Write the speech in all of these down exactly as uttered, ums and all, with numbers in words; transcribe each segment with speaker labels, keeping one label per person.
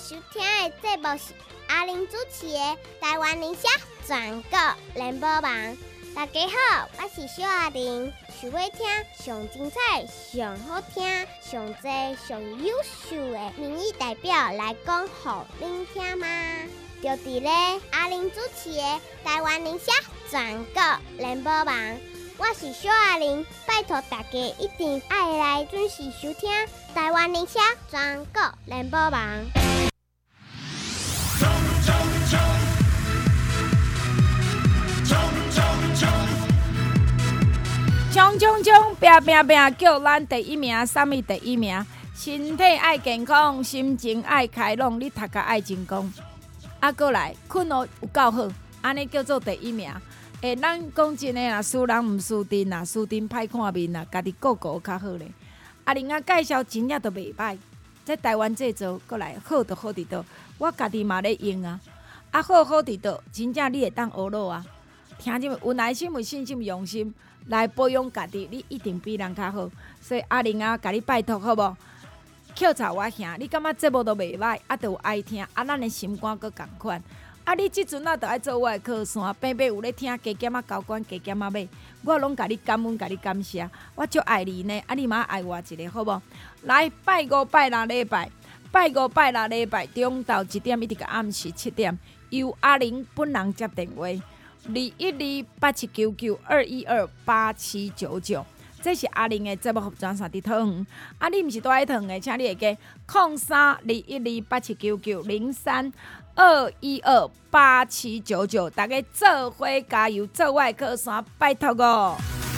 Speaker 1: 收听的节目是阿玲主持的《台湾宁夏全国联播网》。大家好，我是小阿玲。想要听上精彩、上好听、上多、上优秀的民意代表来讲，给您听吗？就伫咧阿玲主持的《台湾宁夏全国联播网》。我是小阿玲，拜托大家一定爱来准时收听台湾宁夏全国联播网。冲冲冲！冲冲冲！冲冲冲！拼拼拼！叫咱第一名，啥物第一名？身体爱健康，心情爱开朗，你读册爱成功。啊，过来困哦有够好，安尼叫做第一名。诶，咱讲真诶啦，输人毋输阵啦，输阵歹看面啦，家己顾顾较好咧。阿玲啊，介绍真正都袂歹，在台湾制造过来好就好伫倒，我家己嘛咧用啊。啊，好好伫倒，真正你会当学落啊。听者有耐心、有信心、用心来保养家己，你一定比人较好。所以阿玲啊，甲你拜托好无？扣查我兄，你感觉节目都袂歹，啊，都有爱听，啊，咱的心肝阁共款。啊！你即阵啊，著爱做我的靠山，平平有咧听，加减啊交关，加减啊买，我拢甲你感恩，甲你感谢，我足爱你呢。啊，你嘛爱我一个，好无？来拜五拜六礼拜，拜五拜六礼拜，中昼一点一直到暗时七点，由阿玲本人接电话，二一二八七九九二一二八七九九。这是阿玲的节目服装线伫桃园，啊，你毋是住喺桃园的，请你会记零三二一二八七九九零三二一二八七九九，大家做伙加油，做我的靠山，拜托哦！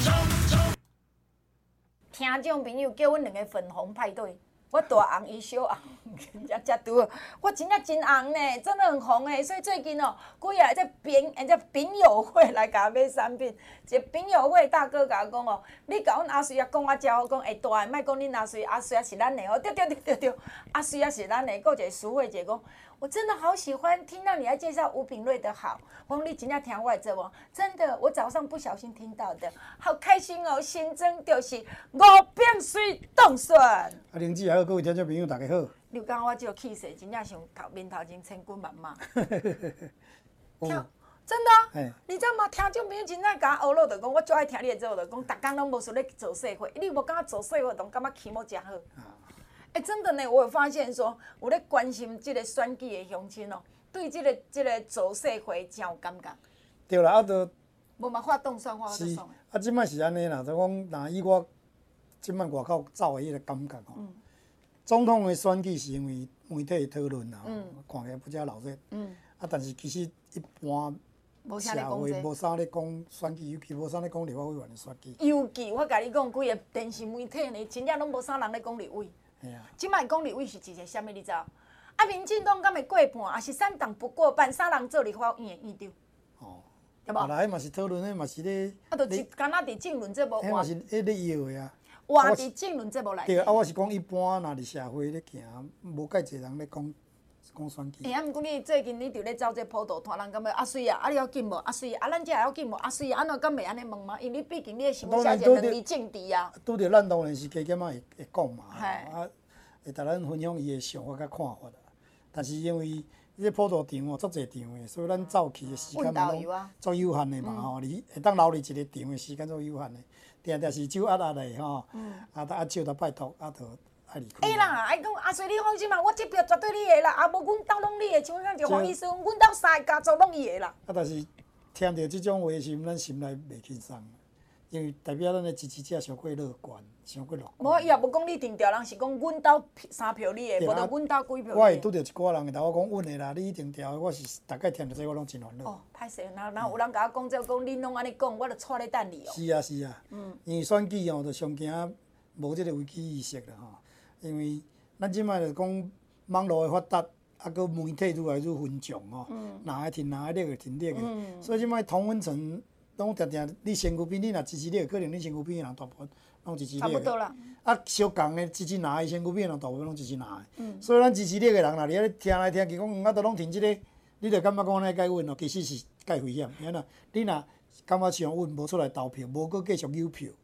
Speaker 1: 听众朋友叫阮两个粉红派对，我大红伊小红，真正拄，我真正真红呢，真的很红诶。所以最近哦，几日在饼诶，这饼友会来甲我买产品，一个饼友会大哥甲我讲哦，你甲阮阿水啊讲我真好，讲会大诶，莫讲恁阿水，阿水也是咱诶哦，对对对对对，阿水也是咱诶。搁一个苏慧姐讲。我真的好喜欢听到你来介绍吴品瑞的好，我讲你真正听我的节目，真的，我早上不小心听到的，好开心哦！新增就是五变水冻笋。啊，
Speaker 2: 玲姐好，各位听众朋友大家好。
Speaker 1: 你有感觉我这个气势，真正像头面头前千军万马。听，真的、啊，你知道吗？听众朋友真正甲我学了，就讲我最爱听你的节目，就讲逐工拢无说咧做社会，你无感觉做社会，拢感觉起码真好。哎、欸，真的呢，我有发现说，有咧关心这个选举的乡亲哦，对这个这个做社会真有感觉。
Speaker 2: 对啦，啊，都
Speaker 1: 无嘛发动算，发动算。
Speaker 2: 啊，即摆是安尼啦，就讲，若以我即摆外口走的迄个感觉吼，嗯、总统的选举是因为媒体的讨论啦，嗯、看起来不遮闹热。嗯。啊，但是其实一般社会无啥咧讲选举，尤其无啥咧讲立法委员的选举。尤其
Speaker 1: 我甲你讲，几个电视媒体呢，真正拢无啥人咧讲立委。即摆讲立委是一个啥物？你知道？啊，民进党敢会过半，还是三党不过半，三人做立法院的院长？哦，对无？
Speaker 2: 啊，迄嘛是讨论，迄嘛是咧。
Speaker 1: 啊，就是敢若伫政论节目。
Speaker 2: 迄嘛是咧咧摇的啊。
Speaker 1: 话伫政论节目内。
Speaker 2: 对啊，我是讲一般，若伫社会咧行，无介侪人咧讲讲选举。
Speaker 1: 哎，啊，毋过你最近你伫咧走这普渡团，人感觉啊水啊，啊你要紧无？啊水啊，咱这还要紧无？啊水啊，安怎敢袂安尼问嘛？因为你毕竟你的身份写一个两字政治啊。
Speaker 2: 拄着咱当然是加减仔会会讲嘛。啊。会甲咱分享伊的想法甲看法啦，但是因为这普渡场哦，足侪场的，所以咱走去的时间嘛拢足有限的嘛吼，你会当留伫一个场的时间足有限的，定定是手压压的吼，啊，啊手着拜托，啊，着爱离开。哎
Speaker 1: 啦，爱讲阿水，你放心嘛，我这票绝对你的啦，啊无阮兜拢你的，像像就黄医生，阮兜三个家族拢伊的啦。
Speaker 2: 啊，但是听到即种话时，咱心内袂轻松。因为代表咱的支持者上过乐观，上过乐观。
Speaker 1: 无，伊也无讲你定调，人是讲阮兜三票你的，无就阮兜几票。
Speaker 2: 我会拄着一寡人会甲我讲阮的啦，你一定调的，我是大概听到这我拢真烦恼。
Speaker 1: 哦，歹势，若若有人甲我讲这，讲恁拢安尼讲，我就带咧等你哦。
Speaker 2: 是啊是啊，嗯，因为选举哦，就上惊无即个危机意识啦吼。因为咱即摆就讲网络的发达，啊，佮媒体愈来愈分众吼，哪爱听哪爱咧个听咧个，所以即摆同温层。拢定定，你身躯边你若支持你的，可能你身躯边的人大部分拢支持你的。
Speaker 1: 差不多啦。
Speaker 2: 啊，相共的支持哪个身躯边的人大部分拢支持哪个。嗯。所以咱支持你的人，若伫遐听来听去讲，嗯，啊，都拢听即个，你着感觉讲安尼介稳哦，其实是介危险。因为若你若感觉上稳，无出来投票，无搁继续有票，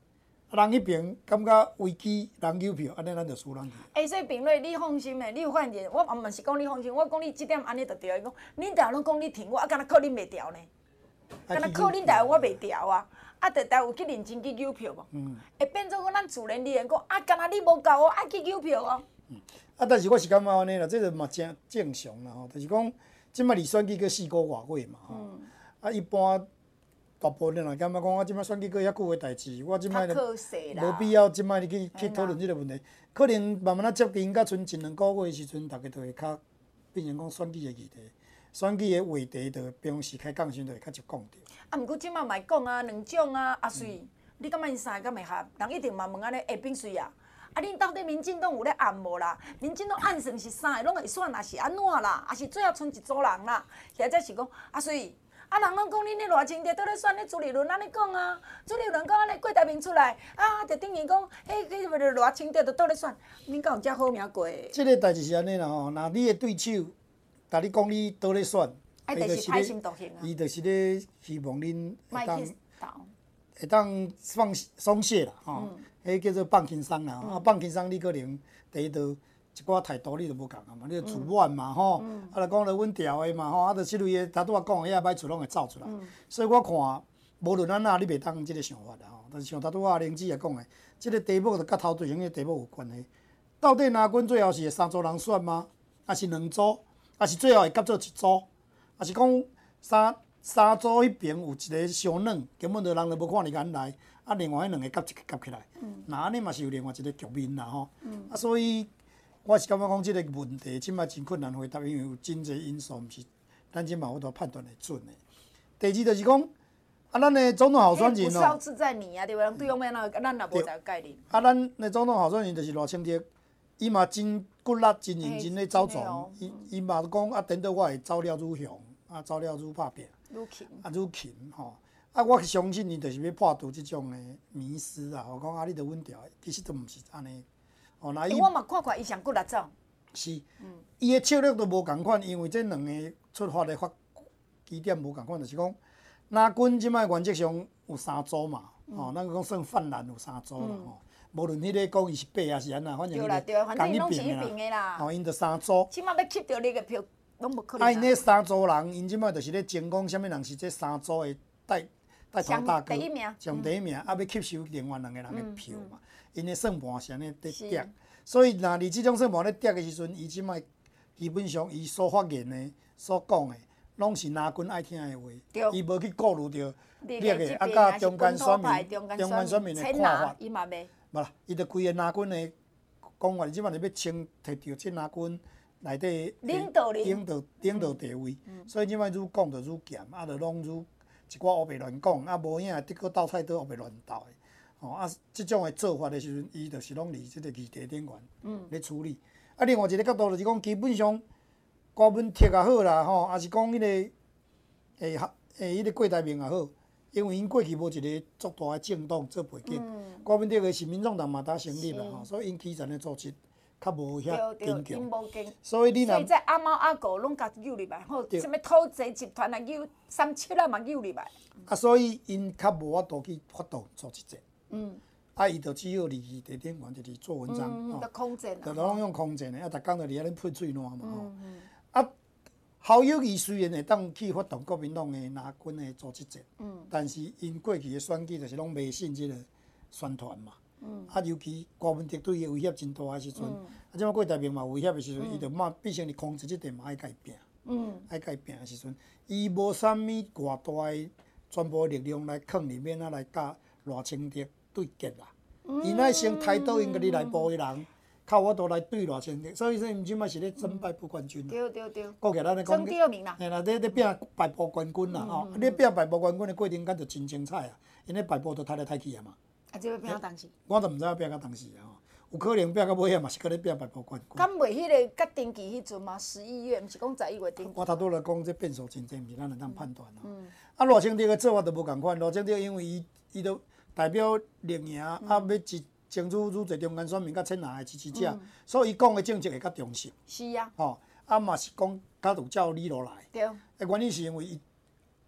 Speaker 2: 人迄边感觉危机，人有票，安尼咱就输人去。
Speaker 1: 哎，所以评论你放心诶，你有发现？我毋嘛是讲你放心，我讲你即点安尼就对。伊讲，恁大拢讲你停我，啊，敢若靠恁袂调呢？敢若靠恁大我袂调啊！啊，直直有去认真去邮票无？嗯。会变做讲咱自然而然讲，啊，敢若你无够哦，爱去邮票哦。
Speaker 2: 嗯。啊，但是我是感觉安尼啦，这个嘛正正常啦吼，就是讲，即摆离选举个四个外月嘛吼。嗯。啊，一般。大部分人感觉讲，我即摆选举过遐久的代志，我即摆无必要即摆去去讨论即个问题。可能慢慢啊接近，甲剩一两个月的时阵，大家就会较变成讲选举的议题，选举的话题就平时开讲时就会较少讲着。啊，毋过即摆嘛讲啊，两种啊，阿水，嗯、你感觉因三个敢会合？人一定嘛问安尼，下丙水啊，啊，恁到底民进党有咧暗无啦？民进党暗算是三个拢会选，也是安怎啦？也是最后剩一组人啦？或者是讲阿水？啊，人拢讲恁咧偌清洁，倒咧选咧朱立伦安尼讲啊，朱立伦讲安尼郭台铭出来，啊，就等于讲，迄迄个偌清洁，就倒咧选，恁敢有遮好名过？即个代志是安尼啦吼，若你的对手，甲你讲你倒咧选，
Speaker 1: 伊就是歹心独行啊。
Speaker 2: 伊就是咧希望恁会当会当放松懈啦吼，迄叫做放轻松啦，啊，放轻松你可能第一道。一寡态度你就无共啊嘛，你自满嘛吼，啊来讲咧阮调的嘛吼，啊，着即类的，头拄仔讲的遐歹处拢会走出来。所以我看，无论安怎，你袂当即个想法啦吼。但是像头拄仔玲姊也讲的，即个题目着甲头对型的题目有关系。到底拿阮最后是会三组人选吗？还是两组？还是最后会夹做一组？还是讲三三组迄边有一个相软，根本着人就无看你眼来，啊，另外迄两个夹一个夹起来。那安尼嘛是有另外一个局面啦吼。啊，所以。我是感觉讲即个问题，即摆真困难回答，因为有真侪因素，毋是咱即摆有法判断会准的。第二就是讲，啊，咱的总统候选人哦，不
Speaker 1: 是志在你啊，对不？人对方面那咱也无啥概念。
Speaker 2: 啊，咱的总统候选人就是罗清德，伊嘛真骨力、真认真咧走总，伊伊嘛讲啊，等到我会走了愈雄，啊，走了愈拍拼，
Speaker 1: 愈勤，
Speaker 2: 啊，愈勤吼。啊，我相信伊就是要破除即种的迷思啊，吼讲啊，你着稳调，其实都毋是安尼。
Speaker 1: 哦，那伊我嘛看看伊上骨力走。
Speaker 2: 是，伊的策略都无共款，因为这两个出发的发基点无共款，就是讲，那军即摆原则上有三组嘛，吼，咱讲算泛滥有三组啦吼。无论迄个讲伊是八还是安那，反正伊就共一边的啦。吼，因着三组。
Speaker 1: 即摆要吸到你个票，拢无可能。
Speaker 2: 啊，因迄三组人，因即摆就是咧争讲，啥物人是这三组的带带头大哥，上第一名，啊要吸收另外两个人的票嘛。因的算盘是安尼在跌，所以若伫即种算盘咧跌的时阵，伊即摆基本上伊所发言的、所讲的，拢是拿军爱听的话，伊无去顾虑着劣的，啊，甲中间选民、中间选民的看法。
Speaker 1: 伊嘛袂。
Speaker 2: 无啦，伊着规个拿军的讲话，即摆就要清摕着即拿军内底
Speaker 1: 领导
Speaker 2: 领导领导地位，所以即摆愈讲着愈咸，啊，着拢愈一寡乌白乱讲，啊，无影得个斗菜刀乌白乱斗的。吼啊！即种诶做法诶时阵，伊就是拢伫即个议题顶悬咧处理。啊，另外一个角度就是讲，基本上国文贴也好啦，吼，也是讲迄个诶诶迄个郭台铭也好，因为因过去无一个足大诶政党做背景，国民党诶是民众党嘛，呾成立啦，吼，所以因基层诶组织较无遐坚强。所以你若
Speaker 1: 所以在阿猫阿狗拢甲揪入来，吼，什物土贼集团啊，揪三七啊嘛揪入来。
Speaker 2: 啊，所以因较无法度去发动组织者。嗯，啊，伊就只有伫议题顶悬，就是做文章，
Speaker 1: 吼，空战，
Speaker 2: 就拢用空战的，啊，逐工就伫遐咧喷水烂嘛，吼。啊，侯友宜虽然会当去发动国民党的拿军的组织者，嗯，但是因过去的选举就是拢迷信即个宣传嘛，嗯，啊，尤其国民党对伊威胁真大的时阵，啊，即摆郭台铭嘛威胁的时阵，伊就嘛变成伫控制即点嘛爱甲伊拼，嗯，爱甲伊拼的时阵，伊无啥物偌大的全部力量来抗里面啊来甲赖清德。对决啦，伊乃先抬倒因家己内部的人，靠我都来对赖清德，所以说因即摆是咧争败部冠军啦。
Speaker 1: 对对对。
Speaker 2: 国家咱咧讲，
Speaker 1: 争第二名啦。
Speaker 2: 嘿啦，咧咧拼败部冠军啦吼，咧拼败部冠军的过程，敢就真精彩啊！因咧败部都抬来抬去啊嘛。
Speaker 1: 啊，即要拼到当时？
Speaker 2: 我都毋知影拼到当时啊吼，有可能拼到尾啊嘛是搁咧拼败部冠军。
Speaker 1: 敢袂迄个甲登记迄阵嘛？十一月，毋是讲十一月登记。
Speaker 2: 我头拄来讲，这变数真济，毋是咱能当判断咯。啊，赖清德的做法就无共款，赖清德因为伊伊都。代表立赢，啊，要争争取愈侪中间选民甲亲人的支持者，所以伊讲的政策会较重视。
Speaker 1: 是啊。
Speaker 2: 吼，啊嘛是讲较有照理落来。
Speaker 1: 对。
Speaker 2: 诶，原因是因为伊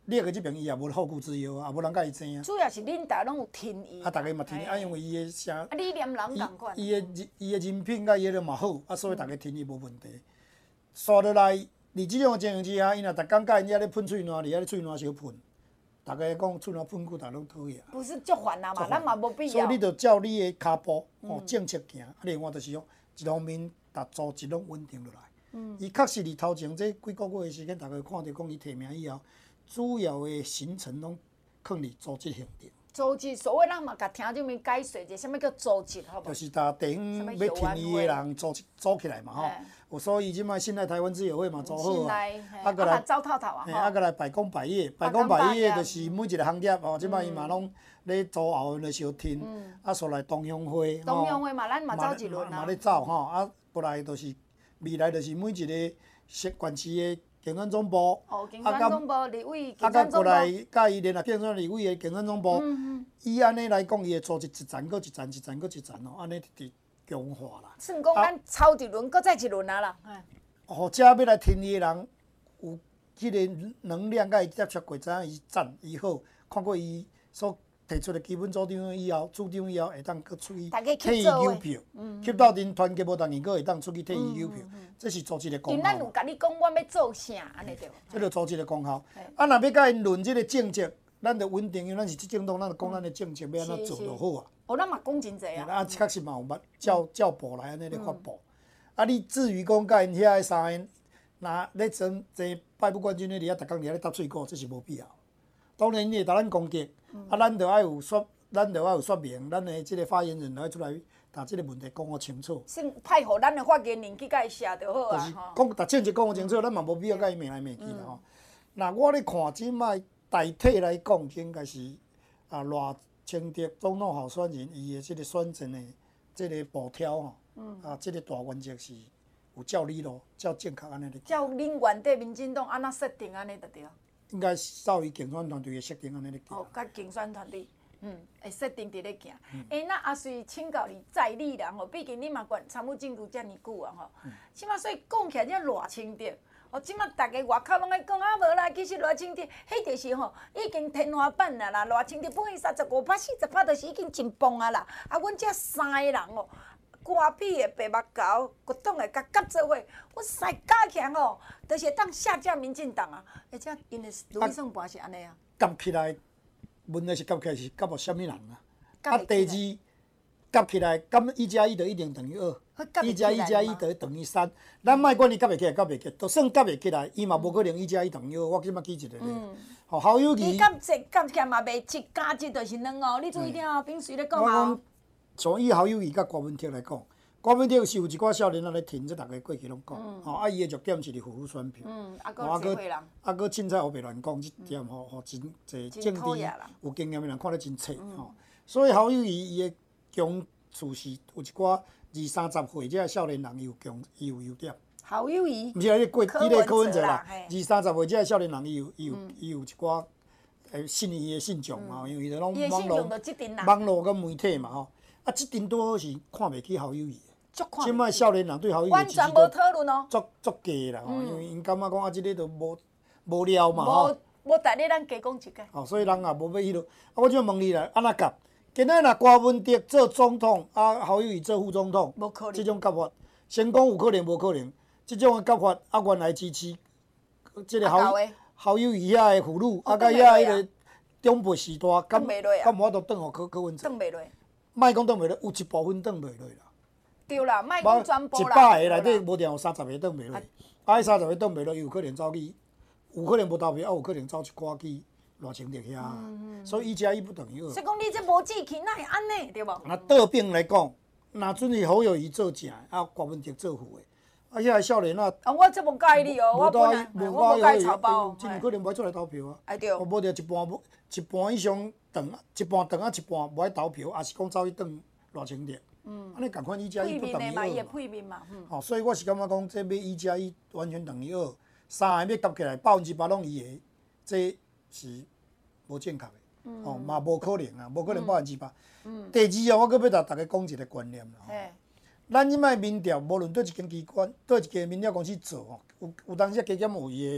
Speaker 2: 你个即边伊也无后顾之忧啊，也无人甲伊争啊。
Speaker 1: 主要是恁大拢有听伊。
Speaker 2: 啊，逐个嘛听伊，啊，因为伊个声，
Speaker 1: 啊，理念人共款。
Speaker 2: 伊个伊个人品甲伊个嘛好，啊，所以逐个听伊无问题。刷落来，伫即种情形之下，伊若逐工甲因遐咧喷喙烂，伫遐咧喙烂小喷，逐个讲喙烂喷久，逐个拢讨厌。
Speaker 1: 不是足烦啊嘛，咱嘛无必要。
Speaker 2: 所以你着照你个骹步吼正确行，啊，另外就是讲一方面，逐组织拢稳定落来。嗯。伊确实伫头前这几个月的时间，逐个看到讲伊提名以后。主要的行程拢放伫组织行程。
Speaker 1: 组织，所谓咱嘛，甲听众们解说者，啥物叫组织，好无？
Speaker 2: 就是搭地方要听伊的人组组起来嘛，吼。有所以即摆现在台湾自由会嘛做好啊。
Speaker 1: 啊，搁来走透透啊，
Speaker 2: 啊，搁来百工百业，百工百业就是每一个行业吼，即摆伊嘛拢咧组后咧小听，啊，所来东乡会，
Speaker 1: 东乡会嘛，咱嘛走一轮啊。
Speaker 2: 嘛咧走吼，啊，过来就是未来就是每一个县县市的。竞选总部，
Speaker 1: 哦，竞选总部立委，
Speaker 2: 啊，甲过来，甲伊联合竞选立委的竞选总部，伊安尼来讲，伊会组织一站搁一站，一站搁一站哦，安尼直强化啦。
Speaker 1: 算讲咱超一轮，搁再一轮啊啦。
Speaker 2: 或者要来听伊的人有迄个能量，甲伊接触过，知影伊赞伊好，看过伊所提出的基本主张以后，主张以后会当搁出去替伊邮票，吸到阵团结无同意，搁会当出去替伊邮票，这是组织的功效。
Speaker 1: 咱有甲你讲，我要做啥，安尼对。
Speaker 2: 这就组织的功效。啊，若要甲因论这个政策，咱着稳定，因为咱是执政党，咱着讲咱的政策要安怎做就好啊。
Speaker 1: 哦，咱嘛讲真济啊。
Speaker 2: 啊，确实嘛有捌照照部来安尼咧发布。啊，你至于讲甲因遐个三个，若咧真坐拜不冠军咧，伫遐逐工伫遐咧搭喙鼓，这是无必要。当然，你会甲咱攻击，啊，咱着爱有说，咱着爱有说明，咱的即个发言人来出来，把即个问题讲好清楚。
Speaker 1: 先派互咱的发言人去甲伊写就好啊。
Speaker 2: 就是讲，把政策讲好清楚，咱嘛无必要甲伊骂来骂去啦吼。那我咧看即摆大体来讲，应该是啊，赖清德总统候选人伊的即个选战的即个步调吼，啊，即个大原则是有照理路、照正确安尼咧。
Speaker 1: 照恁原底民进党安怎设定安尼就对。
Speaker 2: 应该照伊竞选团队的设定安尼咧行。
Speaker 1: 哦，甲竞选团队，嗯，会设定伫咧行。诶，那阿水请教你在理人吼，毕竟你嘛管参与政治遮尔久啊吼，即马所以讲起来，这赖清德，哦，即马逐个外口拢爱讲啊，无啦，其实赖清德，迄就是吼，已经天花板啦啦，赖清德本伊三十五拍、四十拍，就是已经真棒啊啦。啊，阮遮三个人哦。瓜皮的白目狗，国党的甲夹做伙，我使加起来吼，就是当下架民进党啊！而且因的如意算盘是安尼啊。
Speaker 2: 夹起来，问题是夹起来是夹互什么人啊？啊，第二夹起来，夹一加一就一定等于二，一加一加一就等于三。咱莫管伊夹袂起来，夹袂起来，就算夹袂起来，伊嘛无可能一加一等于二。我即摆记一个咧，吼好友谊。
Speaker 1: 伊夹这夹起来嘛袂七加一就是两哦，你注意点哦，平时咧讲哦。
Speaker 2: 像以好友谊甲郭文哲来讲，郭文哲是有一寡少年仔咧挺，这大家过去拢讲，吼啊伊的弱点是伫扶扶选票，啊搁啊搁凊彩胡白乱讲，即点吼吼真侪政治有经验的人看得真切吼，所以好友谊伊的强处是有一寡二三十岁这少年人伊有强伊有优点。
Speaker 1: 好友谊，
Speaker 2: 毋是啊，你过你咧柯文哲啦，二三十岁这少年人伊有伊有伊有一寡诶信伊的信众嘛，因为伊都拢网络网络甲媒体嘛吼。啊，即阵拄好是看袂起好友谊，即摆少年人对好友谊
Speaker 1: 完全无讨论哦，
Speaker 2: 足足假啦，吼，因为因感觉讲啊，即个都无无聊嘛，
Speaker 1: 吼。无，无逐日咱加讲一句。
Speaker 2: 哦，所以人也无要迄落。啊，我就问你啦，安怎夹？今仔若郭文哲做总统，啊，好友谊做副总统，
Speaker 1: 无可能。
Speaker 2: 即种夹法，先讲有可能无可能，即种的夹法啊，原来支持即个好好友谊遐的妇女，啊，甲遐迄个中辈时代，敢敢无法度转互柯柯文哲？
Speaker 1: 转袂落。
Speaker 2: 莫讲转袂落，有一部分转袂落啦。
Speaker 1: 对啦，莫讲全部啦。
Speaker 2: 一百个内底无定有三十个转袂落，啊，迄三十个转袂落，伊有可能走去，有可能无投票，啊，有可能走一寡去赖清德遐。所以一加一不等于二。
Speaker 1: 所以讲你这无志气，哪会安尼对无？
Speaker 2: 啊，倒边来讲，若准是好友谊做正，啊，郭文哲做副的，啊，遐个少年啊。啊，
Speaker 1: 我这无介意你哦，我本来我无介意草包，
Speaker 2: 真有可能袂出来投票啊。
Speaker 1: 哎对。
Speaker 2: 无着一半无一半以上。长一半长啊一半无爱投票，也是讲走去当赖清德。嗯，安尼共款一加一不等于二嘛。吼，所以我是感觉讲，这要一加一完全等于二，三个要夹起来百分之百拢伊的，这是无正确的。嗯。哦，嘛无可能啊，无可能百分之百。嗯。第二啊，我阁要甲大家讲一个观念啦。嘿。咱即摆民调，无论对一间机关、对一间民调公司做吼，有有当时加减有伊的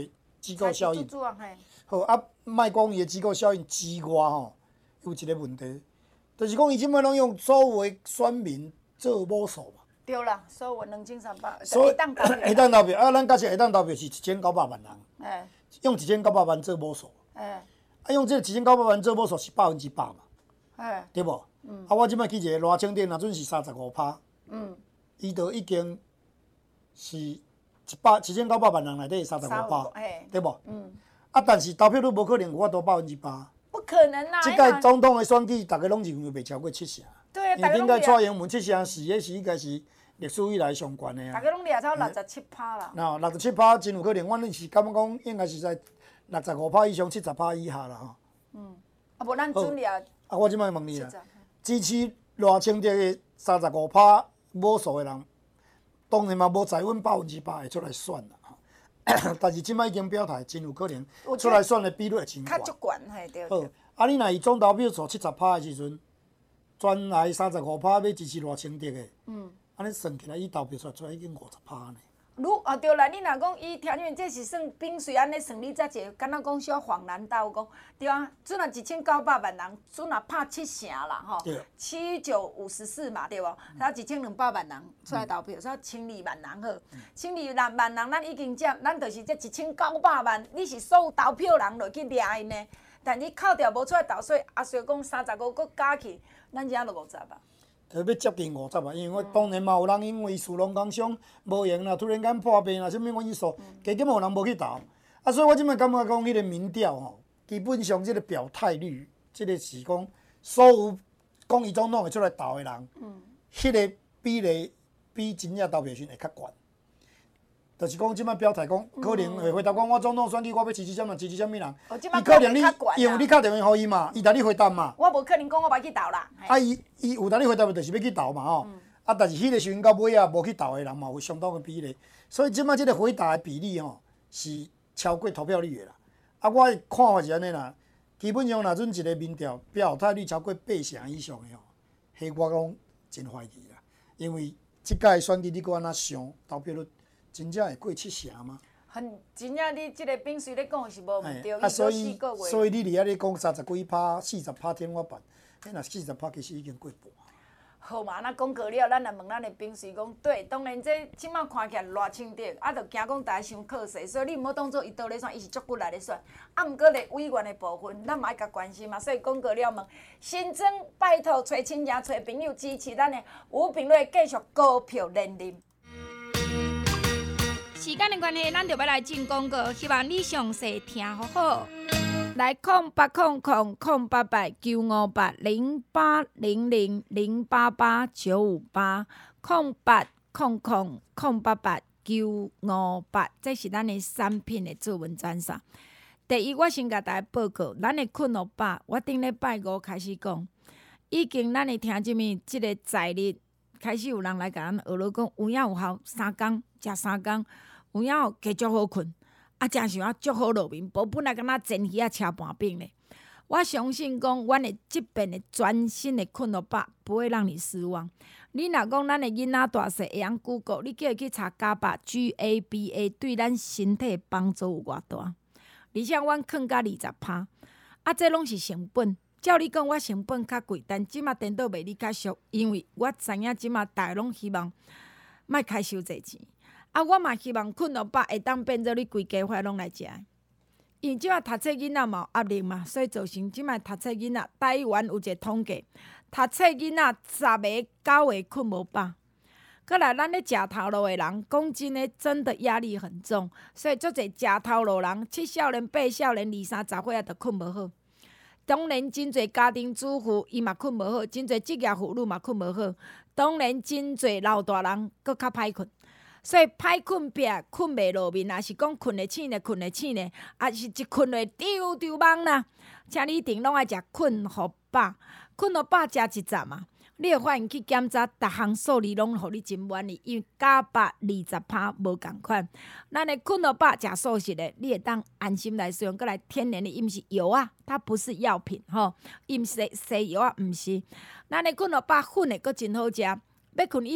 Speaker 2: 机构效应。好啊，莫讲伊的机构效应之外吼，有一个问题，就是讲伊即摆拢用所有的选民做母数嘛。
Speaker 1: 对啦，所有两千三百，
Speaker 2: 所以
Speaker 1: 会当投票。
Speaker 2: 会当投票啊！咱假设会当投票是一千九百万人，
Speaker 1: 哎，
Speaker 2: 用一千九百万做母数。
Speaker 1: 哎，
Speaker 2: 啊，用这一千九百万做母数是百分之百嘛？
Speaker 1: 哎，
Speaker 2: 对无？嗯。啊，我即摆去一个赖清德，若准是三十五趴，嗯，伊就已经是一百一千九百万人内底三十五趴，对无？嗯。啊，但是投票率无可能有法度百分之百。
Speaker 1: 不可能啦！
Speaker 2: 即届总统的选举，大家拢认为袂超过七成。
Speaker 1: 对啊，
Speaker 2: 因为顶届蔡英文七成是，迄是应该是历史以来上悬的啊。
Speaker 1: 大家拢掠超六十七趴啦。
Speaker 2: 喏，六十七趴真有可能，阮是感觉讲应该是在六十五趴以上，七十趴以下啦吼。
Speaker 1: 嗯，啊无咱准掠。
Speaker 2: 啊，我即摆问你啦，支持赖清德的三十五趴母数的人，当然嘛无在阮百分之百会出来选啦。但是即摆已经表态，真有可能出来选的比率会真高。
Speaker 1: 较足悬嘿，对。
Speaker 2: 好，啊，你若以总投票数七十趴的时阵，全来三十五趴要支持赖清德的，嗯，安尼算起来，伊投票出来出来已经五十趴呢。
Speaker 1: 如啊对啦，你若讲伊条件，这是算丙水安尼算，你才一敢若讲小恍然大悟讲，对啊，阵若一千九百万人，阵若拍七成啦吼，七九五十四嘛，对无？才一千两百万人出来投票，才千二万人好，千二万万人，咱已经占，咱就是这一千九百万，你是所有投票人落去掠因呢。但你扣掉无出来投，所以阿虽讲三十五搁加起，咱只就五十吧。
Speaker 2: 要接近五十啊，因为我当年嘛有人因为事农工商无用啦，突然间破病啦，啥物原因素，加减有人无去投，啊，所以我即摆感觉讲，迄个民调吼，基本上即个表态率，即个是讲所有讲伊总统会出来投的人，迄、嗯、个比例比真正投票时会较悬。就是讲，即摆表态讲，可能会回答讲，我总统选举我要支持啥物，支持啥物人。伊可能你，因为你敲电话互伊嘛，伊逐你回答嘛。
Speaker 1: 我无可能讲我要去投啦。
Speaker 2: 啊，伊伊有逐你回答，就是要去投嘛吼。啊，但是迄个时阵到尾啊，无去投的人嘛，有相当的比例。所以即摆即个回答的比例吼，是超过投票率的啦。啊，我的看法是安尼啦，基本上若准一个民调表态率超过八成以上的吼，迄我讲真怀疑啦。因为即届选举你搁安那想投票率？真正会过七成吗？
Speaker 1: 很真正，你即个丙水咧讲是无毋对，
Speaker 2: 啊，所以所以你伫遐咧讲三十几趴、四十趴天花板，迄若四十趴其实已经过半。
Speaker 1: 好嘛，那讲过了，咱来问咱的丙水讲，对，当然这即摆看起来赖清德，啊，着惊讲大家伤靠势，所以你毋好当做伊倒咧选，伊是足骨力咧选。啊，毋过咧委员的部分，咱嘛爱甲关心嘛，所以讲过了问，新增拜托找亲戚、找朋友支持咱的吴秉叡继续高票连任。时间的关系，咱就要来进广告，希望你详细听好好。来空八空空空八八九五八零八零零零八八九五八空八空空空八八九五八，这是咱的产品的作文专线。第一，我先甲大家报告，咱的困乐吧，我顶礼拜五开始讲，已经咱的听即物即个在日开始有人来甲咱学了讲，有影有效，三工食三工。有影哦，加足好困，啊，真想要足好落眠，无本来敢若煎鱼啊，车半饼咧。我相信讲，阮的即边的全新的困乐吧不会让你失望。你若讲咱的囡仔大细会晓 Google， 你叫伊去查 G A B A G A B A， 对咱身体帮助有偌大？而且阮囥到二十趴，啊，这拢是成本。照你讲，我成本较贵，但即马颠倒袂你较俗，因为我知影即马大家拢希望莫开伤济钱。啊，我嘛希望困乐吧会当变做你规家伙拢来食，因为即马读册囡仔嘛有压力嘛，所以造成即马读册囡仔台湾有一个统计，读册囡仔十个九个困无饱。过来，咱咧食头路的人，讲真诶，真的压力很重，所以足侪食头路人，七少年、八少年、二三十岁啊，都困无好。当然，真侪家庭主妇伊嘛困无好，真侪职业妇女嘛困无好。当然，真侪老大人搁较歹困。所以歹困壁困袂落面，也是讲困会醒咧，困会醒咧，也是一困会丢丢梦啦。请你一定拢爱食困乐吧，困乐吧食一站啊，你会发现去检查，逐项数字拢互你真满意，因为加百二十趴无共款。咱的困乐吧食素食的，你会当安心来使用，过来天然的，伊毋是药啊，它不是药品吼，伊毋是西药啊，毋是。咱的困乐吧粉的，佫真好食。要困以前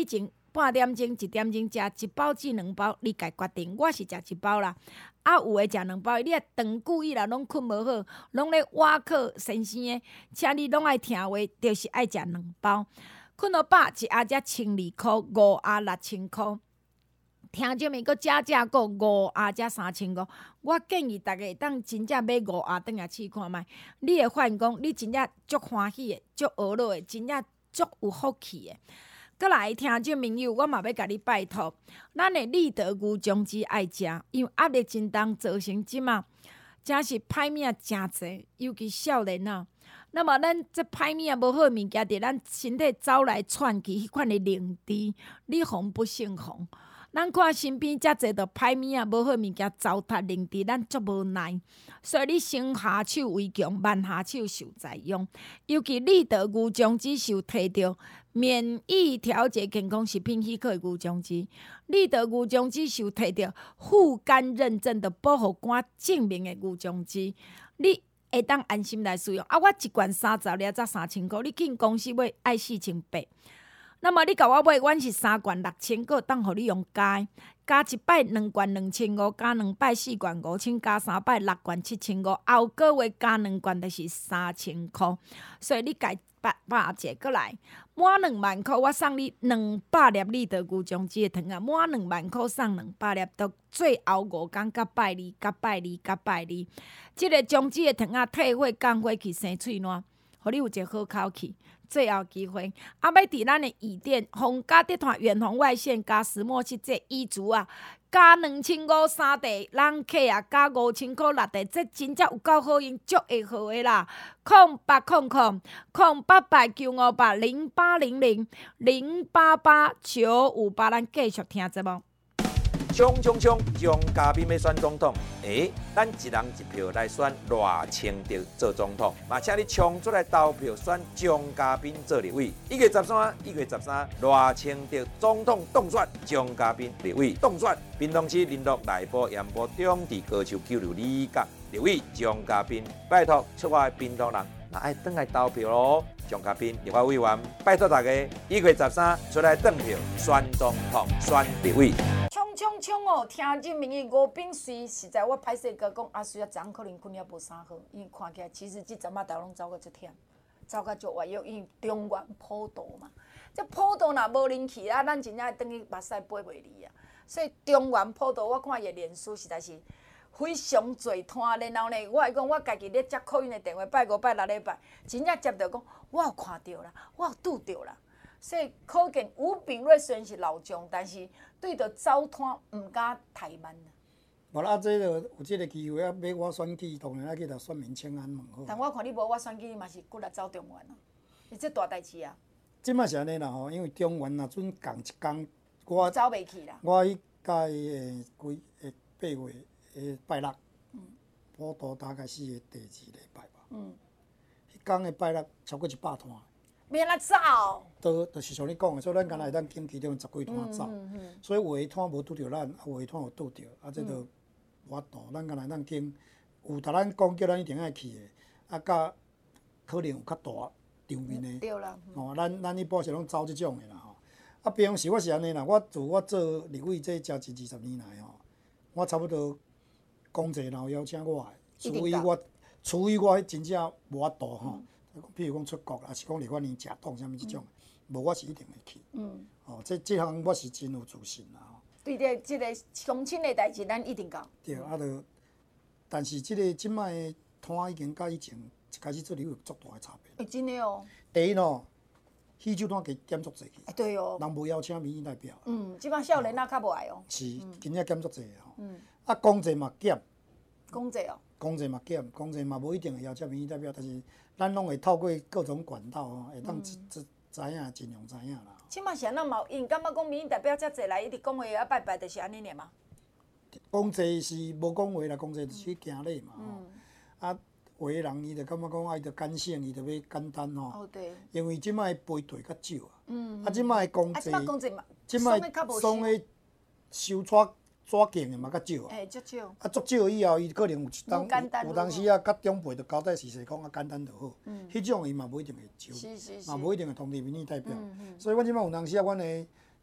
Speaker 1: 半点钟、一点钟食一包至两包，你家决定。我是食一包啦，啊有诶食两包，你啊长久以来拢困无好，拢咧挖靠先生诶，请你拢爱听话，就是爱食两包。困到饱一盒才千二箍，五盒六千箍。听这面，搁加价购五盒才三千五。我建议大家当真正买五盒转来试看觅，你会发现讲，你真正足欢喜诶，足娱乐诶，真正足有福气诶。搁来听这朋友，我嘛要甲你拜托，咱诶立德牛姜汁爱食，因为压力真重，造成即嘛，真是歹命真侪，尤其少年啊。那么咱这歹命无好诶物件，伫咱身体走来窜去，迄款诶灵芝，你防不胜防。咱看身边遮侪着歹物啊，无好物件糟蹋灵芝，咱足无奈。所以你先下手为强，慢下手受灾殃。尤其立德牛姜汁受摕着免疫调节健康食品许可的牛姜汁，立德牛姜汁受摕着护肝认证的保护肝证明的牛姜汁，你会当安心来使用。啊，我一罐三十粒才三千块，你进公司买爱四千八。那么你甲我买，阮是三罐六千，个当互你用加，加一摆两罐两千五，加两摆四罐五千，加三摆六罐七千五，后个月加两罐就是三千箍。所以你家百百者过来，满两万箍，我送你两百粒立德牛姜汁的糖啊！满两万箍送两百粒，到最后五天甲拜二、甲拜二、甲拜二，即个姜汁的糖啊，退火降火去生喙烂，互你有一个好口气。最后机会，啊！要伫咱的椅店，红加地团远红外线加石墨烯这衣族啊，加两千五三地，人客啊加五千箍六地，这真正有够好用，足会好的啦！空八空空空八八九五八零八零零零八八九五八，咱继续听节目。
Speaker 3: 冲冲冲！蒋家彬要选总统，诶，咱一人一票来选赖清德做总统，嘛，请你冲出来投票选蒋家彬做立委。一月十三，一月十三，赖清德总统当选，蒋家彬立委当选。屏东市林鹿内埔盐埔中地高球九六里角立委蒋家彬，拜托出我的屏东人，那爱转来投票咯。蒋家彬立法委员，拜托大家一月十三出来投票选总统、选立委。
Speaker 1: 冲冲冲哦！听这名义吴炳绥，实在我歹势甲讲，阿绥啊，昨可能困了无啥好，因为看起来其实即阵仔大拢走个足忝，走个足活跃，因为中原普渡嘛。这普渡若无人去啊，咱真正等于目屎飞袂离啊。所以中原普渡，我看伊脸书实在是非常侪摊。然后呢，我会讲我家己咧接客运的电话，拜五拜六礼拜，真正接到讲，我有看到啦，我有拄到啦。所以可见吴炳瑞虽然是老将，但是对着走摊毋敢太慢啦。
Speaker 2: 无啦，这个有这个机会啊，要我选举，当然要去甲选民请安问好。
Speaker 1: 但我看你无我选举，你嘛是骨力走中原啊，是这大代志啊。
Speaker 2: 即摆是安尼啦吼，因为中原若准共一工，我
Speaker 1: 走袂去啦。
Speaker 2: 我迄甲伊诶几诶八月诶拜六，嗯，普渡大概是诶第二礼拜吧。嗯。迄工诶拜六超过一百摊。
Speaker 1: 免来走。
Speaker 2: 都就是像你讲的，所以咱敢若会当拣其中十几摊走，
Speaker 1: 嗯嗯嗯、所
Speaker 2: 以有诶摊无拄着咱，啊有诶摊有拄着，啊这都我度，咱敢若当拣有逐咱讲叫咱一定爱去诶，啊甲可能有较大场面诶。
Speaker 1: 对啦。
Speaker 2: 哦，咱咱一般是拢走即种诶啦吼。啊，平时我是安尼啦，我自我做立委这诚真二十年来吼，我差不多公济然后邀请我诶，除非我除非我真正无法度吼。比如讲出国啦，是讲嚟我年食冻啥物即种，无、嗯、我是一定会去。嗯。哦，这这项我是真有自信啦吼。
Speaker 1: 对这即个相亲的代志，咱一定搞。
Speaker 2: 对，啊，就但是即、這个即摆的摊已经甲以前一开始做理有足大的差别。
Speaker 1: 哎，真的哦。
Speaker 2: 第一喏，喜酒摊加减足济去。
Speaker 1: 哎，对哦。
Speaker 2: 人无邀请民意代表。
Speaker 1: 嗯，即摆少年仔较无爱哦。
Speaker 2: 是，真正减足济吼。
Speaker 1: 嗯。
Speaker 2: 啊，公济嘛减。
Speaker 1: 公济哦。
Speaker 2: 公济嘛减，公济嘛无一定会邀请民意代表，但是咱拢会透过各种管道吼，会当知知知影，尽量知影啦。
Speaker 1: 即马是安那嘛？因感觉讲民意代表遮济来，一直讲话啊拜拜，就是安尼尔嘛。
Speaker 2: 讲济是无讲话啦，讲济就是去行礼嘛吼。嗯、啊，有诶人伊就感觉讲啊，伊就简省，伊就要简单吼。哦，对。因为即摆杯队较少啊。嗯。啊，即摆公济，即摆送诶收纸。纸件的嘛较少啊，
Speaker 1: 哎，足少。
Speaker 2: 啊，足少以后，伊可能有当有当时啊，甲长辈就交代事实讲啊，简单就好。嗯。迄种伊嘛无一定会收，嘛无一定会通知民意代表。嗯嗯。所以，阮即摆有当时啊，阮的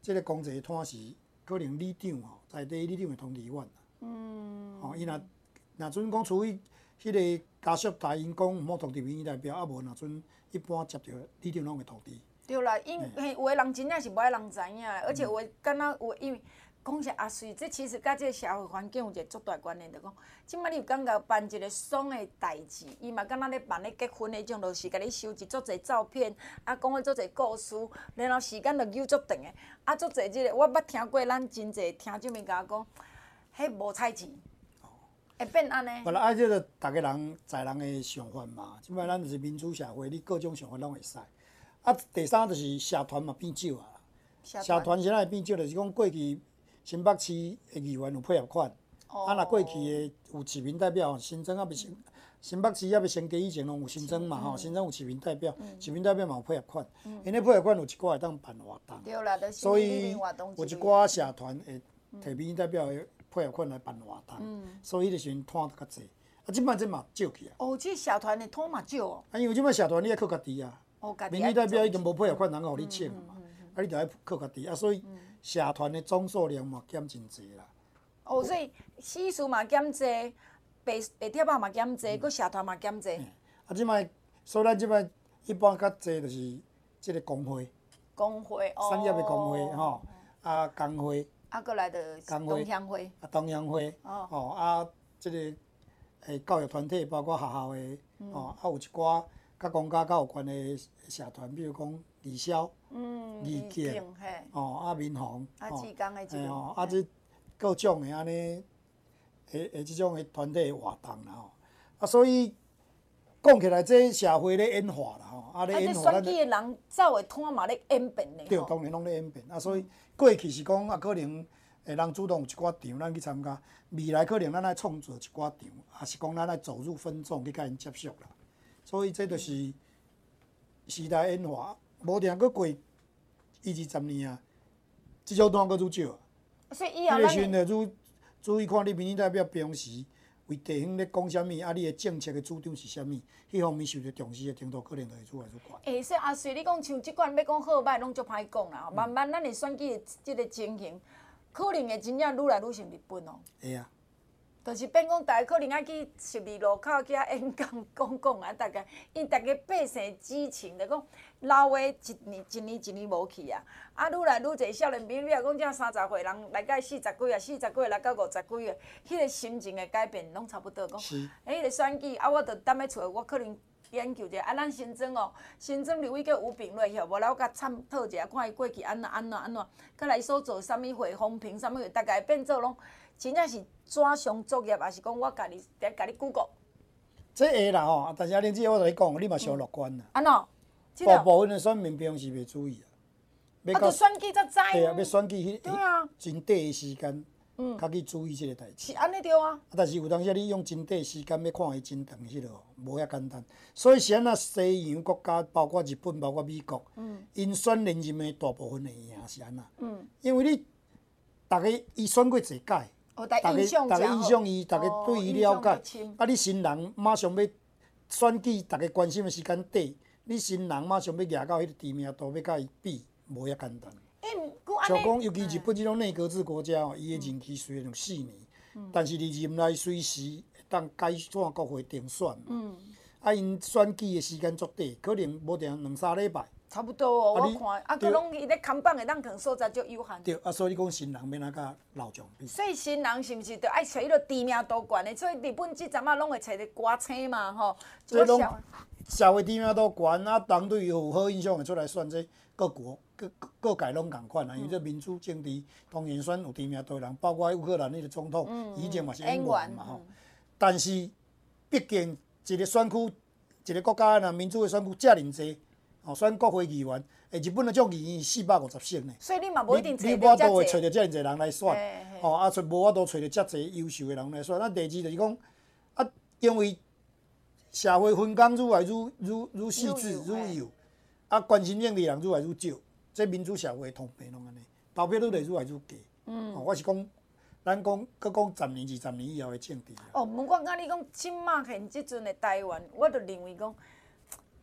Speaker 2: 即个公职摊是可能里长吼，在地里长会通知阮啦。嗯。吼，伊若若阵讲处于迄个家属台因讲毋好通知民意代表，啊无若阵一般接着里长拢会通知。
Speaker 1: 对啦，因嘿有诶人真正是无爱人知影，而且有诶敢若有因为。讲是阿水，这其实甲这个社会环境有一个足大关联，就讲，即摆你有感觉办一个爽诶代志，伊嘛敢若咧办咧结婚迄种，就是甲你收集足侪照片，啊，讲个足侪故事，然后时间就悠足长诶，啊，足侪即个我捌听过，咱真侪听众们甲我讲，迄无彩钱，会变安尼。
Speaker 2: 本来啊，即个逐个人在人诶想法嘛，即摆咱就是民主社会，你各种想法拢会使。啊，第三就是社团嘛变少啊，社团现在会变少，就是讲过去。新北市的议员有配合款，啊，若过去的有市民代表，新增啊未升，新北市也要升级以前拢有新增嘛吼，新增有市民代表，市民代表嘛有配合款，因咧配合款有一寡会当办活动，所以有一寡社团会摕民意代表的配合款来办活动，所以迄个时阵摊得较济，啊，即摆这嘛少去啊。
Speaker 1: 哦，即社团的摊嘛少哦。
Speaker 2: 啊，因为即摆社团你要靠家己啊，民意代表已经无配合款，人互你请嘛，啊，你着爱靠家己啊，所以。社团的总数量嘛减真侪啦。
Speaker 1: 哦，所以死事嘛减侪，白白贴仔嘛减侪，佮社团嘛减侪。
Speaker 2: 啊，即摆，所以咱即摆一般较侪就是即个工会。
Speaker 1: 工会哦。
Speaker 2: 产业的工会吼，啊工会。
Speaker 1: 啊，过来就同乡会。
Speaker 2: 啊，同乡会。哦。吼啊，即个诶教育团体，包括学校的，吼，啊有一寡甲公家较有关的社团，比如讲义消。嗯，义警，哦，啊，民防，
Speaker 1: 啊，志工的这
Speaker 2: 种，啊，即各种的安尼，诶诶，即种的团体活动啦吼，啊，所以讲起来，这社会咧演化啦吼，
Speaker 1: 啊咧演化。啊，这选举的人走的摊嘛咧演变咧。
Speaker 2: 对，当然拢咧演变，啊，所以过去是讲啊，可能诶人主动有一寡场咱去参加，未来可能咱爱创造一寡场，也是讲咱爱走入分众去甲因接触啦，所以这就是时代演化。无定佫过一二十年啊，即种摊佫愈少。
Speaker 1: 所以以后
Speaker 2: 咱。迄个时阵着注注意看你民意代表平时为地方咧讲啥物，啊，你的政策的主张是啥物，迄方面受到重视的程度可能就会愈来愈悬。
Speaker 1: 诶，说阿水，你讲像即款要讲好歹，拢足歹讲啦。慢慢咱的选举的即个情形，可能会真正愈来愈成日本哦。
Speaker 2: 会啊。
Speaker 1: 就是变讲，大家可能爱去十字路口去遐演讲讲讲啊，大家因大家百姓知情，就讲老的一年一年一年无去啊，啊，愈来愈侪少年朋友，你若讲这三十岁人来到四十几啊，四十几个来到五十几个，迄个心情的改变拢差不多。讲，诶，迄个选举啊，我着踮咧厝，我可能研究者啊，咱新庄哦，新庄立委叫吴炳瑞，吼，无来我甲参讨一下，看伊过去安怎安怎安怎，佮来所做啥物会风评啥物会，大概变做拢。真正是纸上作业，还是讲我家己伫家己 Google？
Speaker 2: 这会啦吼，但是啊，恁姐我同你讲，你嘛伤乐观啦。
Speaker 1: 安怎？
Speaker 2: 大部分的选民平时袂注意啊。
Speaker 1: 啊，着选举才知。
Speaker 2: 对啊，要选举迄
Speaker 1: 对啊，
Speaker 2: 真短的时间，嗯，较去注意即个代志。
Speaker 1: 是安尼对啊。
Speaker 2: 啊，但是有当时你用真短的时间要看伊真长，迄落无遐简单。所以是安那西洋国家，包括日本、包括美国，嗯，因选连任的大部分会赢是安那。嗯。因为你，逐个伊选过侪届。
Speaker 1: 哦，大家印象
Speaker 2: 大家印象伊，大家对伊了解。啊，你新人马上要选举，大家关心的时间短，你新人马上要举到迄个知名度，要甲伊比，无遐简单。像讲，尤其日本这种内阁制国家哦，伊的任期虽然有四年，但是伫任内随时会当改选国会定选。嗯。啊，因选举的时间足短，可能无定两三礼拜。
Speaker 1: 差不多哦，我看，啊，佮拢伊咧看板的，咱可能所在足有限。
Speaker 2: 对，啊，所以你讲新人免哪甲老将比。
Speaker 1: 所以新人是毋是着爱找迄个知名度悬的？所以日本即阵仔拢会找着歌星嘛，吼。
Speaker 2: 即拢社会知名度悬啊，人对伊有好印象会出来选这各国各各界拢共款啊，因为这民主政治当然选有知名度的人，包括乌克兰迄个总统，以前嘛是演员嘛吼。但是毕竟一个选区，一个国家若民主的选区遮尔济。哦，选国会议员，诶，日本的种议员四百五十席呢。
Speaker 1: 所以你嘛无一定找
Speaker 2: 到。你无法度会找到遮尔济人来选，哦，啊，找无法度找到遮济优秀的人来选。啊，第二就是讲，啊，因为社会分工愈来愈愈愈细致愈有，啊，关心政治人愈来愈少，这民主社会通病拢安尼，投票率会愈来愈低。嗯。哦，我是讲，咱讲，搁讲十年、二十年以后的政治。
Speaker 1: 哦，不过甲你讲，即马现即阵的台湾，我就认为讲。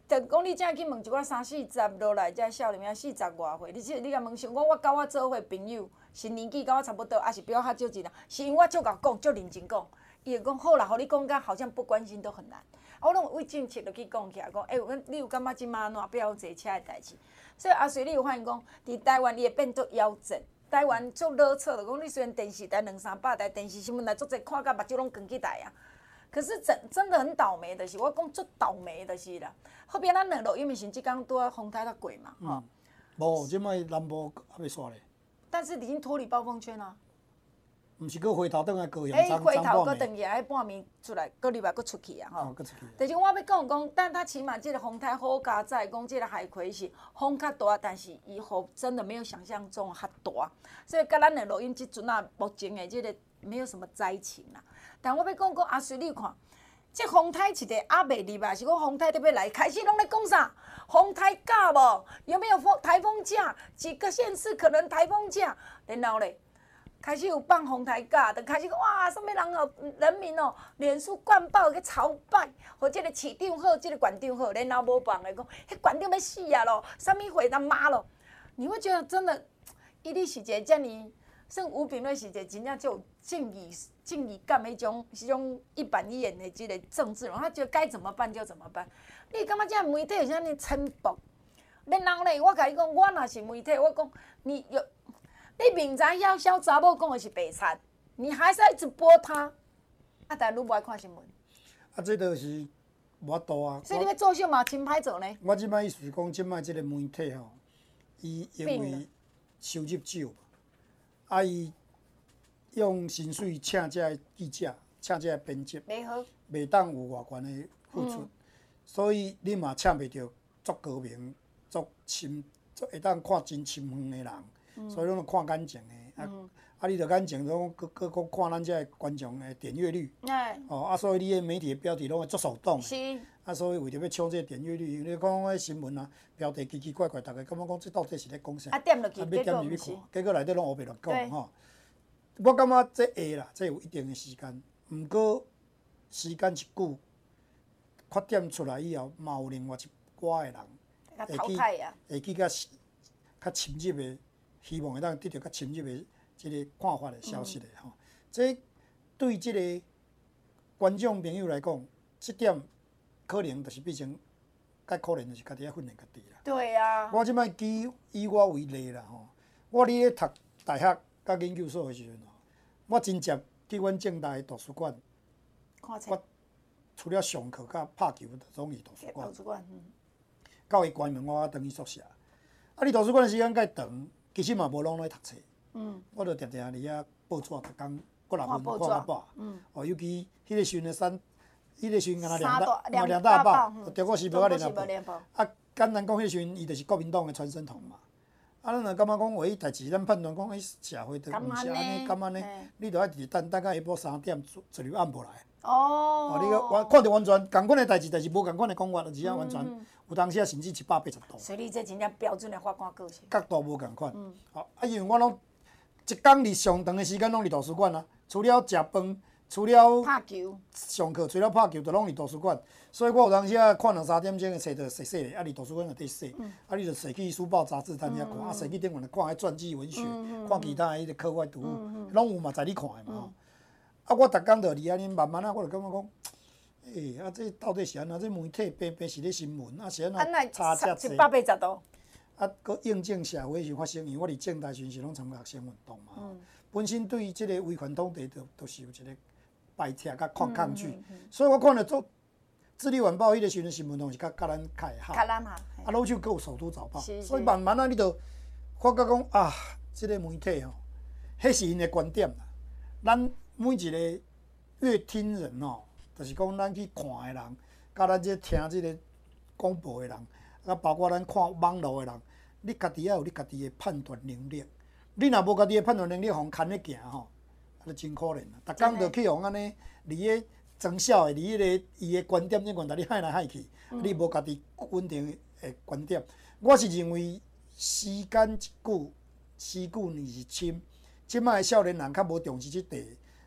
Speaker 1: 就讲你正去问一寡三四十落来，才少年啊四十外岁，你即你甲问想讲我甲我做伙朋友是年纪甲我差不多，还是比我较少一人？是因为我足甲讲，足认真讲，伊会讲好啦，互你讲甲好像不关心都很难。啊，我拢为政策就去讲起来，讲诶，欸、你有感觉即马安怎不要坐车的代志？所以阿水，你有发现讲，伫台湾伊会变做夭折。台湾足老错的，讲你虽然电视台两三百台电视新闻台足侪看甲目睭拢光起台啊。可是真真的很倒霉的是，我讲足倒霉的是啦。后边咱两路因为是即工拄啊风台较过嘛，吼、嗯。
Speaker 2: 无，即摆南部还袂煞咧。但
Speaker 1: 是已经脱离暴风圈啊。
Speaker 2: 毋是佫回头倒来高雄，
Speaker 1: 哎，回头佫转去，哎，半暝出来，佫入来佫出去啊，吼。
Speaker 2: 哦，佫出去。
Speaker 1: 但是我要讲讲，但它起码即个风台好加载，讲即个海葵是风较大，但是伊雨真的没有想象中较大，所以甲咱的录音即阵啊，目前的即个没有什么灾情啦。但我要讲讲阿水，你看，这风台一个还袂入来，是讲风台特别来，开始拢咧讲啥？风台假无？有没有风台风假？几个县市可能台风假？然后咧？开始有放风台假，就开始讲哇，什么人哦，人民哦，脸书灌爆去朝拜，或这个市长好，这个县长好，然后无放的讲，迄县长要死啊咯，什么会当骂咯？你会觉得真的，伊哩是一个遮尔，算吴炳瑞是一个真正就有正义、正义感迄种、迄种一板一眼的这个政治人，他觉得该怎么办就怎么办。你感觉这媒体有啥尼淳朴？然后咧，我甲你讲，我若是媒体，我讲你有。你明知晓小查某讲的是白菜，你还是要一直播他，啊！但愈无爱看新闻。
Speaker 2: 啊，这都是无法度啊。
Speaker 1: 所以你要做秀嘛，真歹做呢。
Speaker 2: 我即摆意思是讲，即摆即个媒体吼，伊因为收入少，啊，伊用薪水请这个记者，请这个编辑，
Speaker 1: 袂好，
Speaker 2: 袂当有外悬的付出，嗯、所以你嘛请袂着足高明、足深、足会当看真深远的人。嗯、所以拢看眼前的，啊，嗯、啊，你着眼前拢搁搁搁看咱遮个观众的点阅率，
Speaker 1: 哎，
Speaker 2: 哦，啊，所以你的媒体的标题拢会足手动的，
Speaker 1: 是，
Speaker 2: 啊，所以为着要抢这个点阅率，你讲迄新闻啊，标题奇奇怪怪，逐个感觉讲这到底是咧讲啥？
Speaker 1: 啊，点落去，
Speaker 2: 啊，要点入去看，结果内底拢胡白乱讲吼。我感觉这会啦，这有一定的时间，毋过时间一久，缺点出来以后，嘛有另外一寡的人
Speaker 1: 会去
Speaker 2: 会去较较深入的。希望会当得到较深入的即个看法的消息的吼，嗯、这对即个观众朋友来讲，这点可能就是变成较可能就是家己要训练家己啦。
Speaker 1: 对啊。
Speaker 2: 我即摆以以我为例啦吼，我伫咧读大学甲研究所的时阵吼，我真接去阮政大的图书馆，我除了上课甲拍球，就总去图书馆。图书馆，嗯。到伊关门，我返去宿舍。啊，你图书馆的时间介长。其实嘛，无拢咧读册，嗯，我着定定伫遐报纸，逐工过六分看到饱，嗯，哦，尤其迄个时阵的三，迄个时阵敢若两大，嘛两大报，中国时报啊联合报，啊，简单讲，迄个时阵伊就是国民党的传声筒嘛。啊，咱若感觉讲，为代志，咱判断讲，迄社会着毋是安尼，咁安尼，你着爱直等等到下晡三点，一流暗无来。哦。哦，你个看着完全共款的代志，但是无共款的讲法，就是啊完全。有当时啊，甚至一百八十度。
Speaker 1: 所以你这真正标准的法官个性。
Speaker 2: 角度无共款。嗯。好，啊，因为我拢一工日上长的时间拢伫图书馆啊，除了食饭，除了
Speaker 1: 拍球，
Speaker 2: 上课除了拍球，就拢伫图书馆。所以我有当时啊，看两三点钟的册，就洗洗咧，啊，伫图书馆内底洗。嗯。啊，你就洗去书报杂志摊遐看，啊，洗去顶面来看迄传记文学，看其他迄个课外读物，拢有嘛，在你看的嘛吼。啊，我逐工就伫安尼慢慢啊，我就感觉讲。诶、欸，啊，这到底是安怎？这媒体偏偏是咧新闻，啊是安怎差遮济？
Speaker 1: 一百八十度。
Speaker 2: 啊，佮应证社会是发生，因为我伫政大时是拢参加学生运动嘛，嗯、本身对即个威权统治都都是有一个排斥甲抗抗拒，嗯嗯嗯、所以我看了做《智利晚报》迄个时阵新闻，拢是甲甲咱较会合。
Speaker 1: 较咱合。
Speaker 2: 啊，老手佮有首都早报，所以慢慢啊，你就发觉讲啊，即、这个媒体吼，迄是因的观点啦。咱每一个乐听人哦。就是讲，咱去看的人，甲咱这听这个广播的人，啊，包括咱看网络的人，你家己要有你家己的判断能力。你若无家己的判断能力，互牵咧行吼，啊，就真可怜啦。逐工就去互安尼，离个装小的，离迄个伊的观点，即款甲你害来害去，嗯、你无家己稳定的观点。我是认为时间一久，时久年是深。即摆的少年人较无重视即块。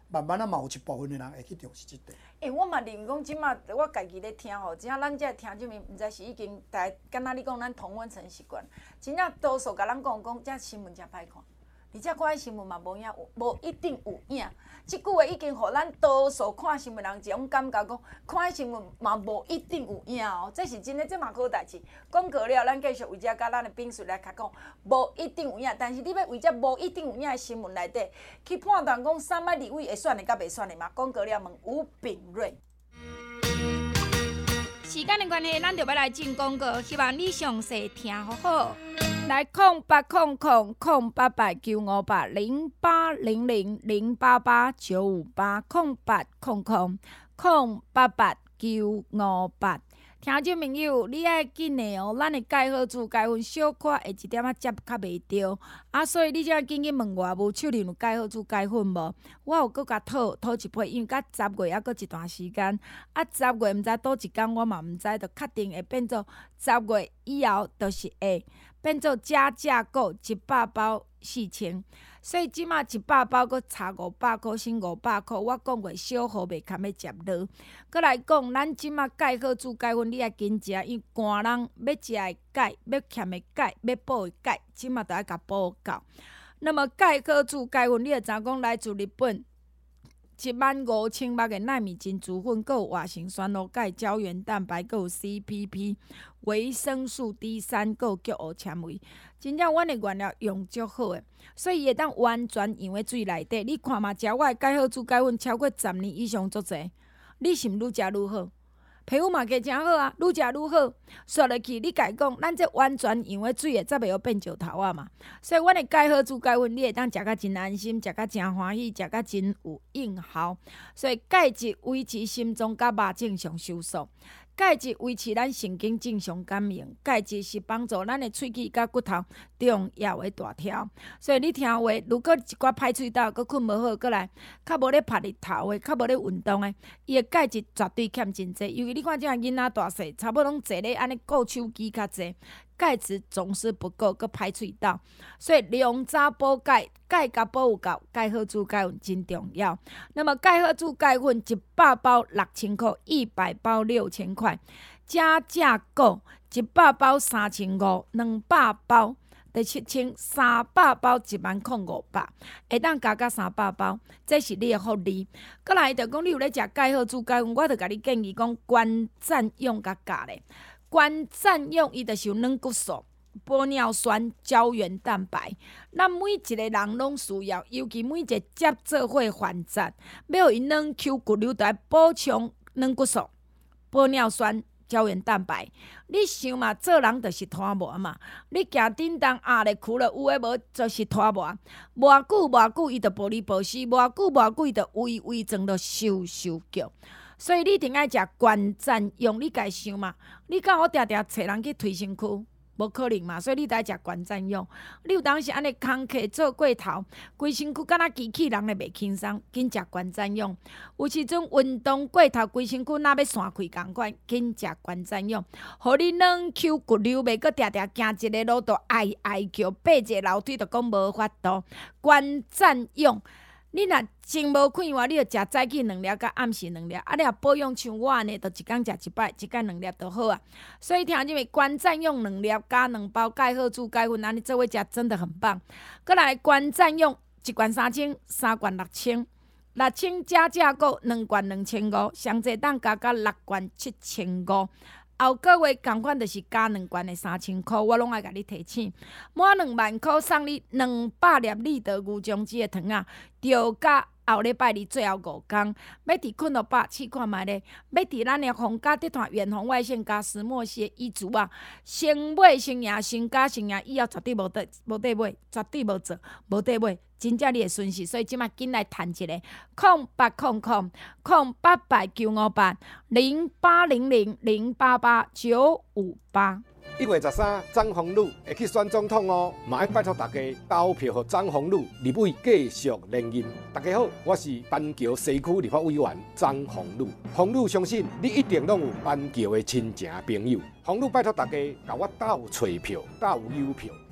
Speaker 2: 慢慢啊嘛有一部分的人会去重视即块。
Speaker 1: 诶、欸，我嘛认为讲，即马我家己咧听吼，真正咱这听众面，毋知是已经大，敢若你讲咱同温层习惯，真正多数甲咱讲讲，这新闻真歹看，而且看迄新闻嘛无影，无一定有影。即句话已经互咱多数看新闻人一种感觉，讲看迄新闻嘛无一定有影哦，这是真诶，这嘛好代志。广告了，咱继续为遮甲咱诶评述来甲讲，无一定有影，但是你要为遮无一定有影诶新闻内底去判断讲，三摆立委会选诶甲袂选诶嘛？广告了问吴秉睿。时间的关系，咱就要来进广告，希望你详细听好好。来，空八空空空八八九五八零八零零零八八九五八空八空空空八八九五八。听众朋友，你爱紧的哦，咱的钙好处钙粉小可会一点仔接较袂着，啊，所以你只要紧去问我无手里有钙好处钙粉无？我有搁甲讨讨一批，因为甲十月还搁一段时间，啊，十月毋知倒一天我嘛毋知，就确定会变做十月以后就是会变做加价购一百包四千。所以即马一百包搁差五百箍，省五百箍。我讲过小号袂堪要接落。搁来讲，咱即马钙好处钙粉，你爱紧食，因为寒人要食的钙、要欠的钙、要补的钙，即马都爱甲补到。那么钙好处钙粉，你会知影讲来自日本一万五千目的纳米金珠粉，还有活性酸露钙、胶原蛋白，还有 C P P、维生素 D 三，还有菊黑纤维。真正阮的原料用足好诶，所以会当完全用喺水内底。你看嘛，食我的钙好处钙粉超过十年以上足侪，你是毋愈食愈好？皮肤嘛加诚好啊，愈食愈好。说落去，你家讲，咱这完全用喺水诶，则袂晓变石头啊嘛。所以阮的钙好处钙粉，你会当食甲真安心，食甲真欢喜，食甲真有应效。所以钙质维持心脏甲肉正常收缩。钙质维持咱神经正常感应，钙质是帮助咱的喙齿甲骨头重要的大条。所以你听话，如果一寡歹喙斗，佮困无好，佮来较无咧晒日头的，较无咧运动的，伊的钙质绝对欠真济。尤其你看即个囡仔大细，差不多拢坐咧安尼顾手机较济，钙质总是不够，佮歹喙斗。所以量早补钙，钙甲补有够，钙好处钙粉真重要。那么钙好处钙粉一百包六千块，一百包六千块，加价购一百包三千五，两百包得七千，三百包一万块五百，会当加到三百包，这是你的福利。过来就讲你有咧食钙好处钙粉，我就甲你建议讲关赞用甲加咧，关赞用伊就是有软骨素、玻尿酸、胶原蛋白，咱每一个人拢需要，尤其每一个接做伙患者，要伊软 Q 骨溜，就要补充软骨素、玻尿酸、胶原蛋白。你想嘛，做人就是拖磨嘛，你行叮当压咧躯了，有诶无就是拖磨，偌久偌久伊就无哩无死，偌久偌久伊就微微整就收收脚。所以你一定爱食关赞用，你家想嘛，你敢好定定找人去推身躯？无可能嘛，所以你得食关赞用。你有当时安尼工课做过头，规身躯敢若机器人咧袂轻松，紧食关赞用。有时阵运动过头，规身躯若要散开共款，紧食关赞用，互你软 Q 骨溜，袂阁定定行一个路途哀哀叫，爬一个楼梯就讲无法度。关赞用。你若真无快活，你就食早起两粒，甲暗时两粒。啊，你若保养像我安尼，就一天食一摆，一天两粒就好啊。所以听入去，关赞用两粒加两包钙好处钙粉，安尼做伙食真的很棒。过来关赞用一罐三千，三罐六千，六千加价购两罐两千五，上济当加到六罐七千五。后个月同款就是加两罐的三千块，我拢爱甲你提醒。满两万块送你两百粒立德牛樟芝的糖啊，就甲后礼拜二最后五天，要伫困乐百试看卖咧，要伫咱的皇家集团远红外线加石墨烯衣橱啊，先买先赢，先加先赢，以后绝对无得无得买，绝对无做，无得买。真正你会顺势，所以即马紧来谈一个，空八空空空八八九五八零八零零零八八九五八。
Speaker 4: 一月十三，张宏宇会去选总统哦，嘛要拜托大家投票给张宏宇立委继续连任。大家好，我是板桥西区立法委员张宏宇。宏宇相信你一定拢有板桥的亲情朋友。宏宇拜托大家甲我斗找票，斗邮票。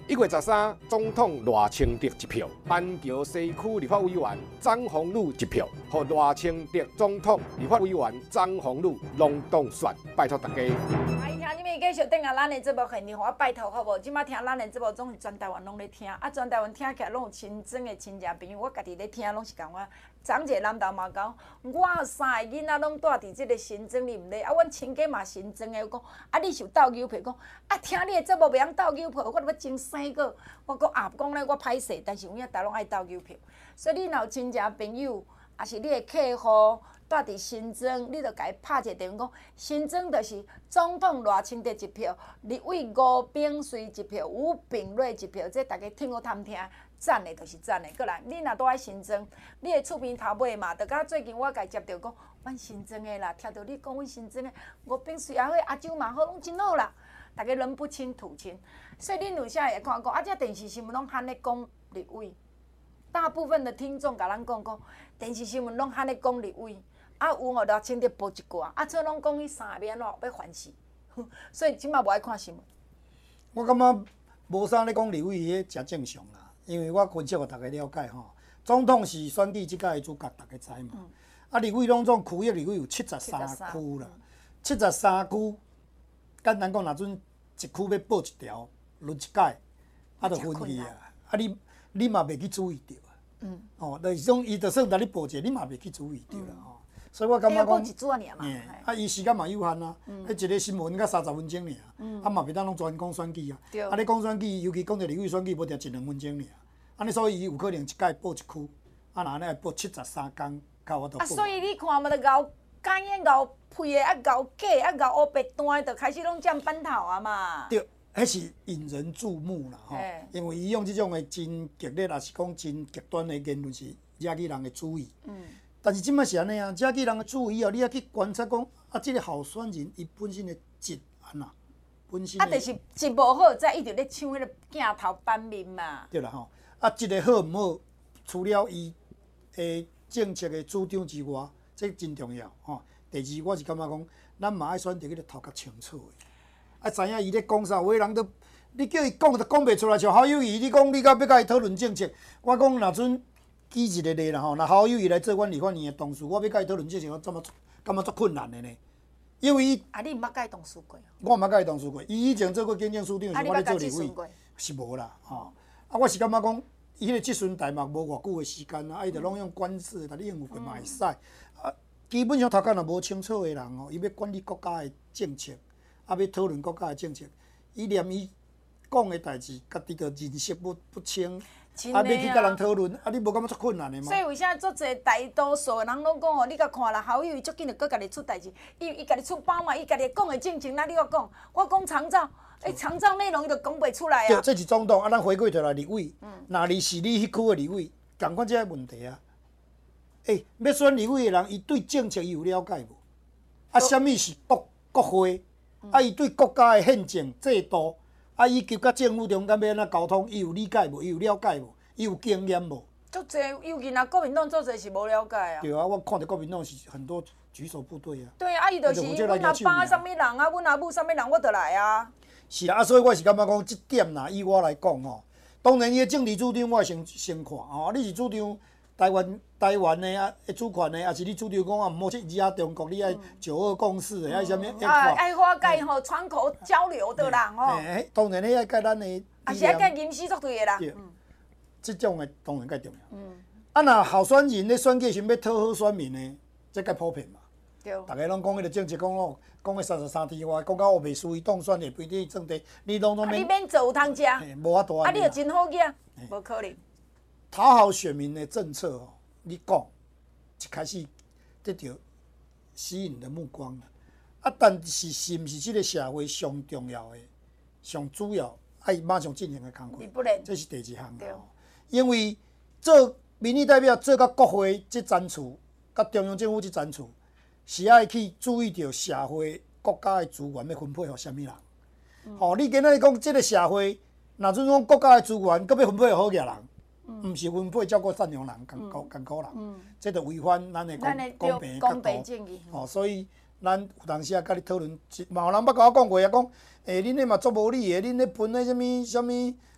Speaker 4: 一月十三，总统赖清德一票，板桥西区立法委员张宏宇一票，和赖清德总统立法委员张宏宇拢当选，拜托大家。
Speaker 1: 欢迎听你们继续等下咱的节目现场，我拜托好无？即摆听咱的节目总是全台湾拢咧听，啊，全台湾听起来拢有亲真的亲戚朋友，我家己咧听拢是共我。昨一个南投嘛讲，我三个囡仔拢住伫即个新庄，你毋咧？啊，阮亲家嘛新庄的，讲啊，你是有斗牛票？讲啊，听你的节目袂晓斗牛票，我都要争生个。我讲啊，讲咧我歹势，但是有影大拢爱斗牛票，所以你若有亲戚朋友，也是你的客户住伫新庄，你着甲伊拍一个电话讲，新庄就是总统赖清德一票，立委吴秉叡一票，吴秉瑞一票，这大家听好探听。赞的就是赞的，过来，你若住喺新庄，你的厝边头尾嘛，就甲最近我甲接到讲，阮新庄的啦，听到你讲阮新庄的吴秉叡也好，阿舅嘛好，拢真好啦，大家人不亲土亲，所以恁有啥会看讲，啊，这电视新闻拢喊咧讲立委，大部分的听众甲咱讲讲，电视新闻拢喊咧讲立委，啊有哦赖清德报一寡，啊做拢讲伊三边哦要反死，所以即马无爱看新闻。
Speaker 2: 我感觉无啥咧讲立委迄真正常啦。因为我分析互大家了解吼，总统是选举即届的主角，大家知嘛。嗯、啊，立委拢总区域立委有七十三区啦，七十三区，简单讲，若阵一区要报一条，轮一届，啊，就分去啊。啊，你你嘛袂去注意到啊。嗯。哦，就是种伊就算甲你报一个，你嘛袂去注意到啦吼。嗯、所以我感觉讲，嗯，啊，伊时间嘛有限啊，迄一个新闻才三十分钟尔，啊嘛袂当拢专讲选举啊。啊，你讲选举，尤其讲着立委选举，无定一两分钟尔。安尼所以伊有可能一届报一区，啊，若安尼报七十三天，到我都报。啊，
Speaker 1: 所以你看嘛，着咬干眼、咬屁的，啊，咬假，啊，咬黑白单，着开始拢占班头啊嘛。
Speaker 2: 对，迄是引人注目啦吼，因为伊用即种的真激烈，也是讲真极端的言论，是惹起人的注意。嗯。但是即摆是安尼啊，惹起人的注意后，你也去观察讲，啊，即个候选人伊本身的质安那，本身。啊，
Speaker 1: 就是质无好，才一直咧抢迄个镜头版面嘛。
Speaker 2: 对啦吼。啊，一个好毋好，除了伊诶政策的主张之外，这真重要吼。第二，我是感觉讲，咱嘛爱选择迄个头壳清楚的，啊，知影伊咧讲啥，有的人都你叫伊讲都讲袂出来，像郝友谊，你讲你甲要甲伊讨论政策，我讲若阵举一个例啦吼，若郝友谊来做阮立法院的同事，我要甲伊讨论政策，我怎么感觉足困难的呢？因为伊
Speaker 1: 啊，你毋捌甲伊同事过？
Speaker 2: 我毋捌甲伊同事过，伊以前做过经济署长，是我咧做立委，是无啦吼。啊，我是感觉讲。伊迄个即阵台嘛无偌久的时间啊，啊伊着拢用官司甲你应付过嘛会使。啊，基本上头壳若无清楚的人吼，伊要管理国家的政策，啊要讨论国家的政策，伊连伊讲的代志，家己着认识不不清，啊要去甲人讨论，啊你无感觉足困难的吗？
Speaker 1: 所以为啥足侪大多数的人拢讲哦，你甲看啦，郝友谊足紧着搁家己出代志，伊伊家己出包嘛，伊家己讲的正经，那你我讲，我讲长照。诶，长照内容伊就讲袂出来啊！
Speaker 2: 对，这是总统啊，咱回归回来立委，哪里是你迄区的立委，共款这个问题啊？诶，要选立委的人，伊对政策伊有了解无？啊，什么是国国会？啊，伊对国家的宪政制度，啊，以及甲政府中间要安怎沟通，伊有理解无？伊有了解无？伊有经验无？
Speaker 1: 足侪，尤其若国民党做侪是无了解啊。
Speaker 2: 对啊，我看着国民党是很多举手部队啊。
Speaker 1: 对啊，伊就是阮阿爸啥物人啊，阮阿母啥物人，我就来啊。
Speaker 2: 是啊，所以我是感觉讲，即点啦，以我来讲吼，当然伊个政治主张我先先看吼，你是主张台湾台湾的啊，主权的，还是你主张讲啊，毋好去压中国，你爱九二共识的，爱啥物？
Speaker 1: 啊，爱花甲伊吼窗口交流的啦吼。
Speaker 2: 诶，当然你爱甲咱的。
Speaker 1: 也是爱甲吟诗作对的啦。
Speaker 2: 对，即种的当然较重要。嗯。啊，若候选人咧选举时要讨好选民呢，这较普遍嘛。大家拢讲迄个政治讲哦，讲迄三十三题话，讲到黑白输伊当选的不一定政敌，你拢拢免。
Speaker 1: 你免做有通食，
Speaker 2: 无法度啊！
Speaker 1: 啊，你又真好囝，无可能。
Speaker 2: 讨好选民的政策哦，你讲一开始得到吸引的目光啦。啊，但是是毋是即个社会上重要的、上主要爱马上进行的工作？这是第二项啦。因为做民意代表，做到国会即层次，甲中央政府即层次。是爱去注意到社会国家的资源要分配予啥物人？吼、嗯，你今仔日讲即个社会，若阵讲国家的资源，搁要分配予好野人，毋、嗯、是分配照顾善良人、艰苦艰苦人，嗯、这就违反咱的公平
Speaker 1: 公平正义。
Speaker 2: 吼、哦，所以咱有当时啊，甲你讨论，嘛有人捌甲我讲过啊，讲，诶、欸，恁迄嘛足无理的，恁咧分迄啥物啥物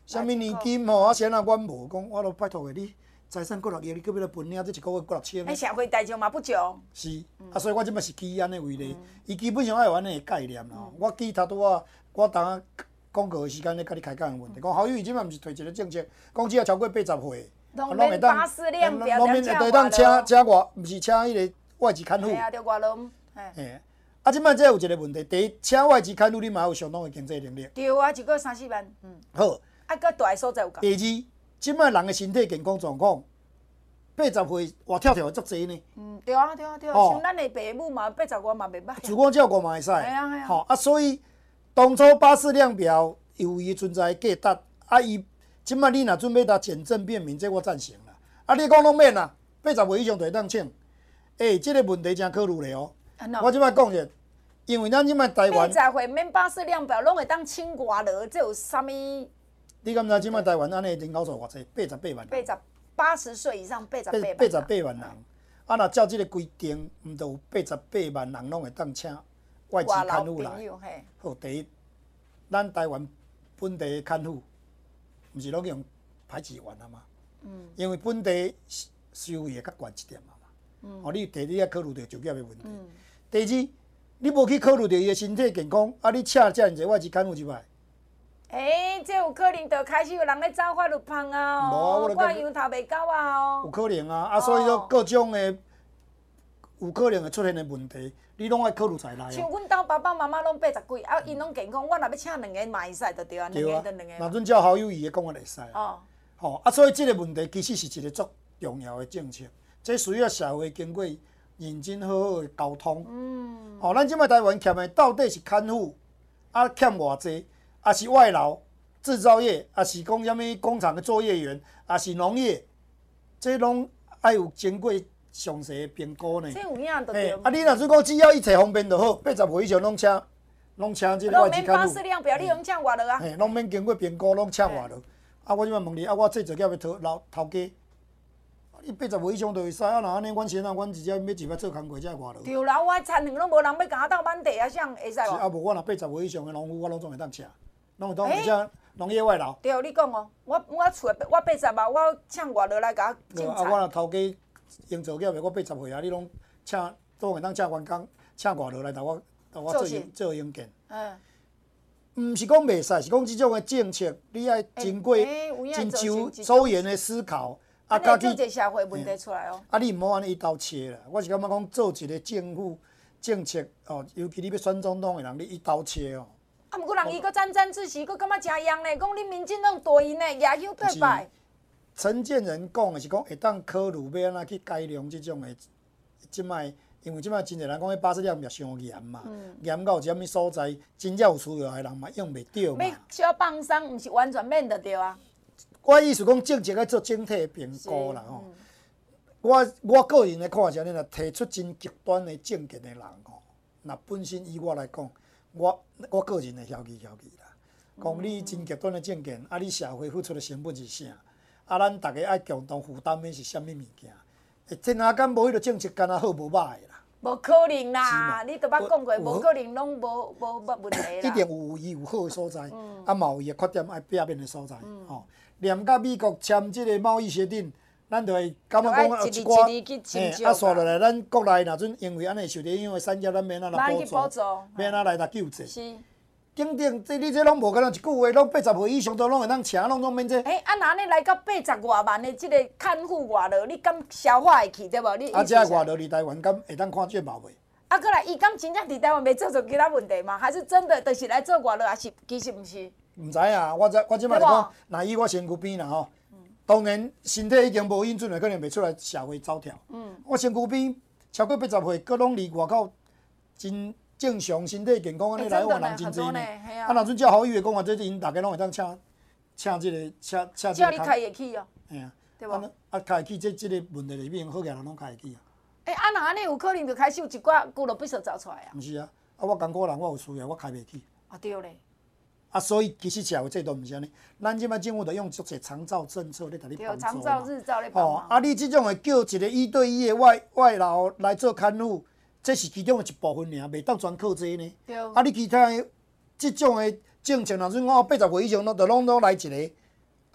Speaker 2: 啥物年金吼，啊，先啊，阮无讲，我都拜托个你。财产过六亿，你搁要来分领，这一个月过六千。
Speaker 1: 哎，社会大众嘛不少。
Speaker 2: 是，啊，所以我即摆是举安尼为例，伊基本上爱有安尼个概念啦。我记头拄啊，我当啊广告个时间咧，甲你开讲个问题，讲好友伊即摆毋是推一个政策，讲只要超过八十岁，
Speaker 1: 拢免巴士量表，
Speaker 2: 拢免会当请请外，毋是请迄个外籍看护。
Speaker 1: 系啊，着外劳。
Speaker 2: 嘿，啊，即摆这有一个问题，第一，请外籍看护你嘛有相当个经济能力。
Speaker 1: 对啊，一个三四万。嗯。
Speaker 2: 好。
Speaker 1: 啊，搁大个所在有够。
Speaker 2: 第二。即摆人的身体健康状况，八十岁活跳跳足济呢。
Speaker 1: 嗯，对啊，对啊，对啊，像咱的爸母嘛，八十外嘛袂歹。
Speaker 2: 自我照顾嘛会使。
Speaker 1: 系啊，系啊。
Speaker 2: 吼啊，所以当初巴氏量表有伊存在价值，啊，伊即摆你若准备甲简政便民，这我赞成啦。啊，你讲拢免啦，八十岁以上就会当请。诶，即个问题真考虑咧哦。我即摆讲者，因为咱即摆台湾。
Speaker 1: 八十岁免巴氏量表，拢会当请外劳，这有啥物？
Speaker 2: 你敢知即摆台湾安尼人口数偌济？八十八万人。
Speaker 1: 八十八十岁以上，八十八万。
Speaker 2: 八十八万人，啊，若照即个规定，毋就有八十八万人拢会当请外籍看护来。好，第一，咱台湾本地的看护，毋是拢用排挤员啊嘛？嗯。因为本地收费会较悬一点嘛嘛。嗯。哦，你第二要考虑到就业的问题。嗯。第二，你无去考虑到伊的身体健康，啊，你请遮尔侪外籍看护入来。
Speaker 1: 诶，这有可能就开始有人咧走法律旁啊！哦，我样头袂够啊！哦，
Speaker 2: 有可能啊，啊，所以说各种的有可能会出现的问题，你拢爱考虑在内。
Speaker 1: 像阮兜爸爸妈妈拢八十几，啊，因拢健康，我若要请两个嘛会使就对啊，两个就两个。
Speaker 2: 若准照好友伊的讲法会使。哦。吼，啊，所以这个问题其实是一个足重要的政策，这需要社会经过认真好好的沟通。嗯。吼，咱即摆台湾欠的到底是看护，啊，欠偌济？啊是外劳、制造业，啊是讲啥物工厂的作业员，啊是农业，这拢爱有经过详细的评估呢。
Speaker 1: 这有影就对。
Speaker 2: 啊，你若是讲只要一切方便就好，八十岁以上拢请，拢请这个外籍看护。
Speaker 1: 拢免巴氏量表，你拢请外劳啊。
Speaker 2: 嘿，拢免经过评估，拢请外劳。啊，我即摆问你，啊，我这作业要头老头家，你八十岁以上就会使，啊，若安尼，阮先生，阮直接要入来做工课，才会外劳。
Speaker 1: 对啦，我田两拢无人要甲我斗满地啊，啥会使无？
Speaker 2: 啊，无我若八十岁以上的农夫，我拢总会当请。拢会当而且农业外劳。
Speaker 1: 对，你讲哦，我我厝的我八十嘛，我请外劳来甲我种菜。
Speaker 2: 啊，我若头家用作业的，我八十岁啊，你拢请都会当请员工，请外劳来甲我甲我做做营建。嗯。毋是讲袂使，是讲即种的政策，你爱经过真周周延的思考，
Speaker 1: 啊，甲去做一个社会问题出来哦。
Speaker 2: 啊，你毋好安尼一刀切啦，我是感觉讲做一个政府政策哦，尤其你要选总统的人，你一刀切哦。
Speaker 1: 啊，毋过人伊阁沾沾自喜，阁感觉真样呢。讲你民进党大赢呢，野乡对拜。
Speaker 2: 陈建仁讲的是讲会当考虑要安怎去改良即种的，即摆因为即摆真侪人讲迄巴氏量表伤严嘛，严到有一物所在，真正有需要的人嘛用袂着嘛。
Speaker 1: 要小放松，毋是完全免得着啊。
Speaker 2: 我意思讲政策要做整体评估啦吼。我我个人的看是安尼啦，提出真极端的政见的人吼，那本身以我来讲。我我个人的晓记晓记啦，讲你真极端的政见，啊，你社会付出的成本是啥？啊，咱大家爱共同负担的是啥物物件？诶，天下间无迄个政策，干那好无歹啦。
Speaker 1: 无可能啦，你都捌讲过，无可能拢无无无问题啦。
Speaker 2: 一定有伊有好的所在，啊，嘛有伊的缺点爱避免的所在。吼，连甲美国签即个贸易协定，咱就会感觉讲有一寡，嘿，啊，刷落来，咱国内若准因为安尼受到影响的产业，咱免啊来补助，免啊来来救济。是。顶顶，这你这拢无可能一句话，拢八十岁以上都拢会当请，拢总免这。
Speaker 1: 哎，啊，那安尼来到八十外万的这个看护外劳，你敢消化会去对无？你
Speaker 2: 啊，这外劳伫台湾敢会当看见毛袂？
Speaker 1: 啊，过来，伊敢真正伫台湾袂做做其他问题吗？还是真的就是来做外劳，还是其实毋是？
Speaker 2: 毋知啊，我这我即摆是讲，若以我身躯边啦吼，当然身体已经无允准了，可能袂出来社会走跳。嗯，我身躯边超过八十岁，佫拢离外口真。正常身体健康安尼来往人真济呢，啊，若阵照好友的讲话，这因大家拢会当请请即个请请即个。
Speaker 1: 叫你开会起哦。
Speaker 2: 嘿啊，对无？啊，开会起这这个问题就变好起来，拢开会起啊。
Speaker 1: 诶，啊，若安尼有可能就开始有一寡俱乐部所走出来啊。
Speaker 2: 毋是啊，啊，我艰苦人我有需要，我开袂起。
Speaker 1: 啊，对咧。
Speaker 2: 啊，所以其实社会制度毋是安尼，咱即摆政府着用足侪长照政策咧，甲你帮助嘛。
Speaker 1: 长照、日照咧帮忙。
Speaker 2: 哦，啊，你即种会叫一个一对一的外外劳来做看护。这是其中的一部分尔，袂当全靠这呢。对。啊，你其他的这种的政策，若准讲八十岁以上，拢就拢拢来一个，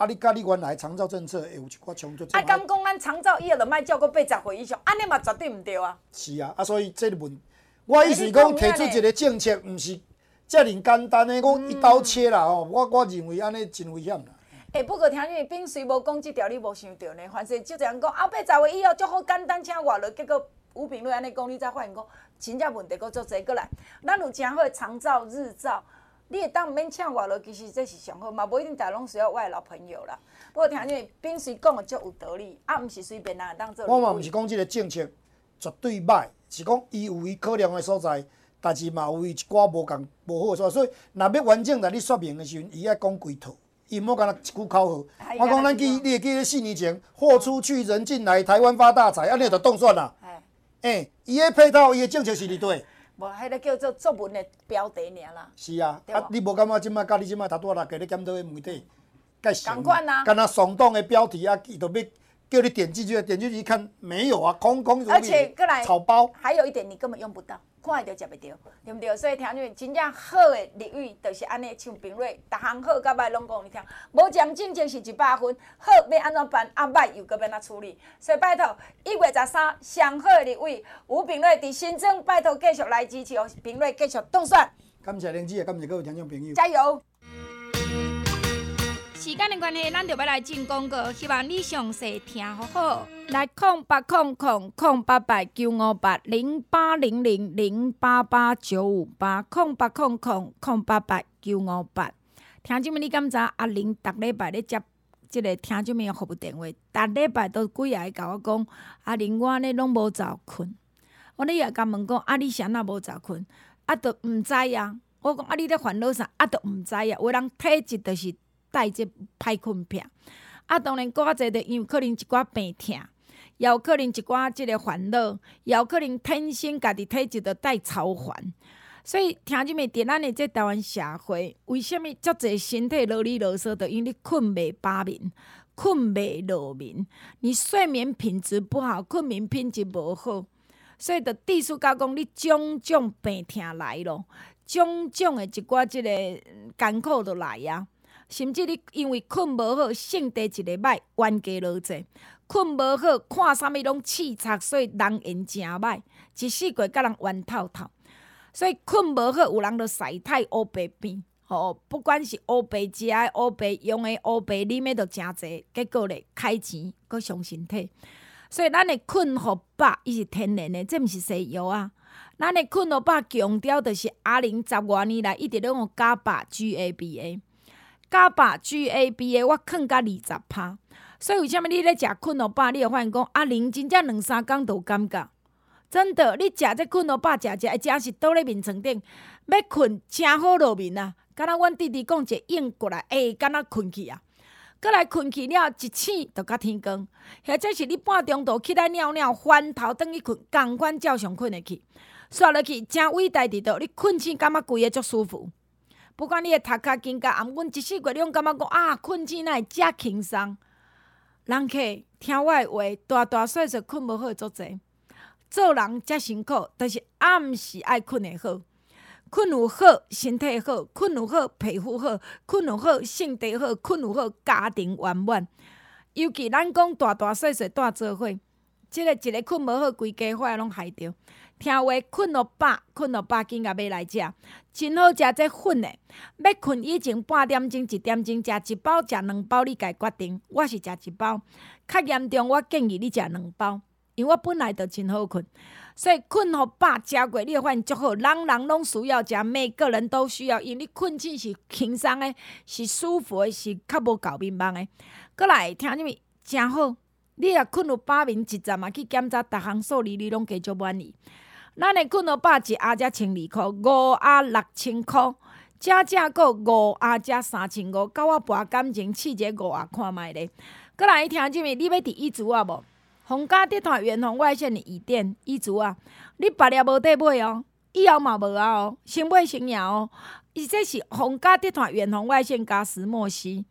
Speaker 2: 啊，你甲你原来长照政策会有一寡冲突。
Speaker 1: 啊，敢讲咱长照以后就莫照顾八十岁以上，安尼嘛绝对毋对啊。
Speaker 2: 是啊，啊，所以这个问，我意思讲提出一个政策，毋是遮尔简单的，讲一刀切啦吼。我我认为安尼真危险啦。
Speaker 1: 诶，不过听你丙虽无讲即条，你无想到呢。凡是就这样讲，啊，八十岁以后足好简单，请外劳，结果吴炳瑞安尼讲，你才发现讲，真正问题佫足侪过来。咱有诚好的长照、日照，你会当毋免请外劳，其实这是上好嘛，无一定大拢需要我的老朋友啦。不过听你丙虽讲的足有道理，啊，毋是随便人会当做。
Speaker 2: 我嘛毋是讲即个政策绝对歹，是讲伊有伊考量的所在，但是嘛有伊一寡无共无好的所在。所以，若要完整来你说明的时阵，伊爱讲规套。伊毋好干那一句口号。我讲咱记，你会记咧四年前，货出去人进来，台湾发大财，安尼就当选啦。诶，伊个配套，伊个政策是伫对。
Speaker 1: 无，迄个叫做作文的标题尔啦。
Speaker 2: 是啊，啊，你无感觉即摆甲你即摆头拄仔六个咧检讨的媒体，介像？
Speaker 1: 同款啊。
Speaker 2: 敢若耸动的标题啊，伊就要叫你点进去，点进去一看没有啊，空空如也。
Speaker 1: 而且过来
Speaker 2: 草包。还
Speaker 1: 有一点，你根本用不到。看会到食袂到，对毋对？所以听你真正好的立委，就是安尼，像评瑞，逐项好甲歹拢讲你听。无讲政绩是一百分，好要安怎办？啊歹又搁要安怎处理？所以拜托，一月十三上好的立委吴评瑞伫新庄，拜托继续来支持哦，评瑞继续当选。
Speaker 2: 感谢玲姐，感谢各位听众朋友。
Speaker 1: 加油！
Speaker 5: 时间的关系，咱就要来进广告，希望你详细听好好。来空八空空空八八九五八零八零零零八八九五八空八空空空八八九五八。听众们，你敢知阿玲逐礼拜咧接即个听众们的服务电话，逐礼拜都几下甲我讲，阿玲我呢拢无早困。我咧也甲问讲，啊你啥那无早困？啊，都毋知啊。我讲啊，你咧烦恼啥？啊，都毋知啊。有人体质就是带这歹困癖，啊，当然搁较侪着因为可能一寡病痛，也有可能一寡即个烦恼，也有可能天生家己体质着带超烦。所以听入面，伫咱的这台湾社会，为什么遮侪身体啰里啰嗦？着因为你困袂饱眠，困袂落眠，你睡眠品质不好，困眠品质无好，所以着地势甲讲，你种种病痛来咯，种种的一寡即个艰苦就来啊。甚至你因为困无好，性地一个歹，冤家落济；困无好，看啥物拢刺擦，所以人缘诚歹，一世过甲人冤透透。所以困无好，有人就晒太乌白变，吼，不管是乌白食的、乌白用的、乌白啉的，都诚侪，结果咧开钱，搁伤身体。所以咱的困互饱，伊是天然的，这毋是西药啊。咱的困互饱强调就是阿玲十外年来一直拢用加饱 G A B A。加饱 G A B A 我囥到二十趴，所以为什么你咧食困互饱，你会发现讲阿玲真正两三工就有感觉，真的，你食这困互饱食食，真是倒咧眠床顶，要困真好落眠啊！敢若阮弟弟讲一个应过来，哎，敢若困去啊！过来困去了，一醒就到天光，或者是你半中途起来尿尿，翻头转去困，共款照常困会去，刷落去真伟大伫倒，你困醒感觉规个足舒服。不管你的头壳肩胛，毋阮一世过，你拢感觉讲啊，困醒哪会遮轻松？人客听我的话，大大细细困无好足济。做人遮辛苦，但是暗时爱困会好。困有好，身体好；困有好，皮肤好；困有好，性地好；困有好，家庭圆满。尤其咱讲大大细细带做伙，即、这个一个困无好，规家伙拢害着。听话困落饱，困落饱紧甲要来食，真好食这粉的。要困以前半点钟、一点钟食一包，食两包，你家决定。我是食一包，较严重我建议你食两包，因为我本来就真好困，所以困互饱食过，你会发现足好。人人拢需要食，每个人都需要，因为你困醒是轻松的，是舒服的，是较无够面茫的。过来听入面真好，你若困有饱眠一站嘛去检查，逐项数字你拢加足满意。咱的困落饱一盒才千二箍，五盒六千箍，正正个五盒才三千五，甲我博感情，试一个五盒看卖咧。过来听即面，你要伫伊珠啊无？洪家集团远红外线的椅垫伊珠啊，你别了无得买哦，以后嘛无啊哦，先买先赢哦。伊这是洪家集团远红外线加石墨烯，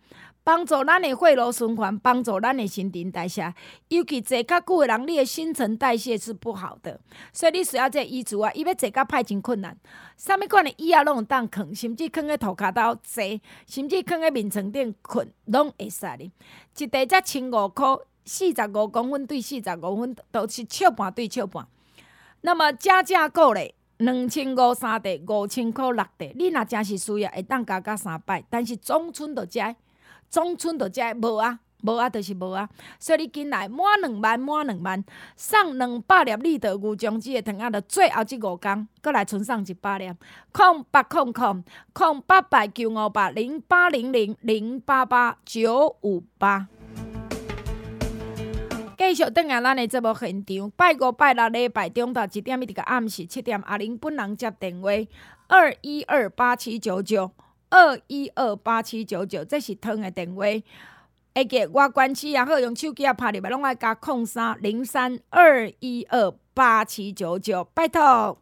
Speaker 1: 帮助咱的血液循环，帮助咱的新陈代谢。尤其坐较久的人，你的新陈代谢是不好的，所以你需要这椅子啊，伊要坐较歹真困难。啥物款的椅啊，拢有当囥，甚至囥喺涂骹斗坐，甚至囥喺面床顶困，拢会使哩。一地才千五箍，四十五公分对四十五分，都是笑半对笑半。那么加价购咧，两千五三地，五千块六地。你若真是需要，会当加加三百，但是总村就遮，总村就遮无啊。无啊，就是无啊，所以你紧来满两万，满两万，送两百粒立德牛浆子的糖仔，就最后即五天，搁来存送一百粒。空八空空空八八九五八零八零零零八八九五八。继续等下咱的节目现场，拜五拜六礼拜中昼一点一直到暗时七点，阿玲本人接电话二一二八七九九二一二八七九九，这是汤的电话。会记外关市也好，用手机啊拍入来，拢爱加空三零三二一二八七九九，拜托。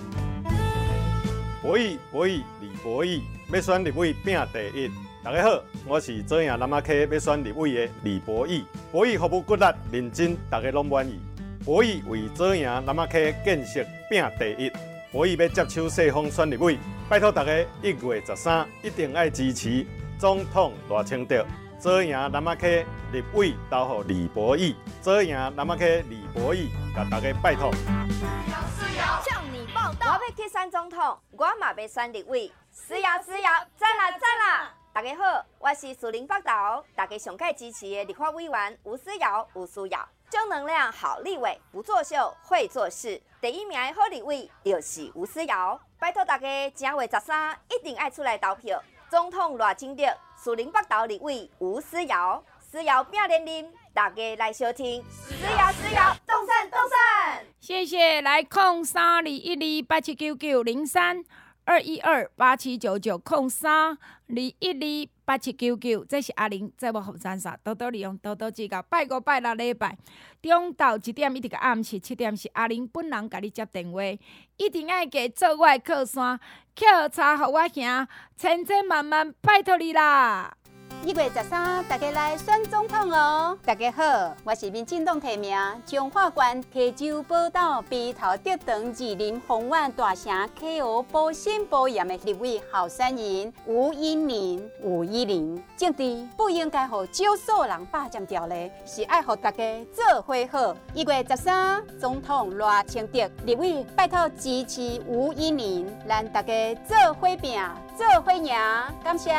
Speaker 6: 博弈博弈李博弈，要选立委拼第一。大家好，我是左营南仔溪要选立委的李博弈。博弈服务骨力认真，大家拢满意。博弈为左营南仔溪建设拼第一。博弈要接手世丰选立委，拜托大家一月十三一定要支持总统赖清德。左营南仔溪立委投予李博弈，左营南仔溪李博弈，甲大家拜托。
Speaker 7: 向你报道，我要去选总统，我嘛要选立委，是呀是呀，赞啦赞啦！大家好，我是树林北投，大家上届支持的立法委员吴思瑶，吴思瑶，正能量好立委，不作秀会做事，第一名的好立委就是吴思瑶，拜托大家正月十三一定爱出来投票。总统赖清德，树林北投立委吴思瑶，思瑶拼连连，大家来收听。思瑶思瑶，动身动身！
Speaker 1: 谢谢，来空三二一二八七九九零三二一二八七九九空三二一二八七九九，这是阿玲节目服务站多多利用，多多指教。拜五拜六礼拜中昼一点一直到暗时七点，是阿玲本人甲你接电话，一定要加做我的靠山，捡茶互我行，千千万万拜托你啦！
Speaker 8: 一月十三，大家来选总统哦！大家好，我是民进党提名彰化县溪州宝岛鼻头竹塘二林丰苑大城 K O 保险保险的立委候选人吴依宁、吴依宁，政治不应该让少数人霸占条例，是爱让大家做伙好。一月十三，总统赖清德立委拜托支持吴依宁，咱大家做伙拼，做伙赢，感谢。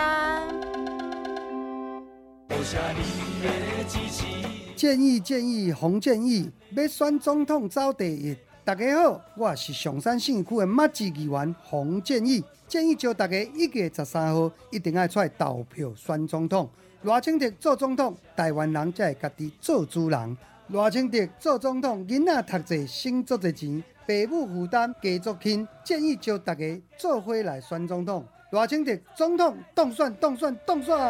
Speaker 2: 建议建议洪建议，要选总统走第一。大家好，我是上山县区的马志议员洪建议，建议叫大家一月十三号一定要出来投票选总统。赖清德做总统，台湾人才会家己做主人。赖清德做总统，囡仔读册省足侪钱，父母负担加足轻。建议叫大家做伙来选总统。赖清德总统当选当选当选！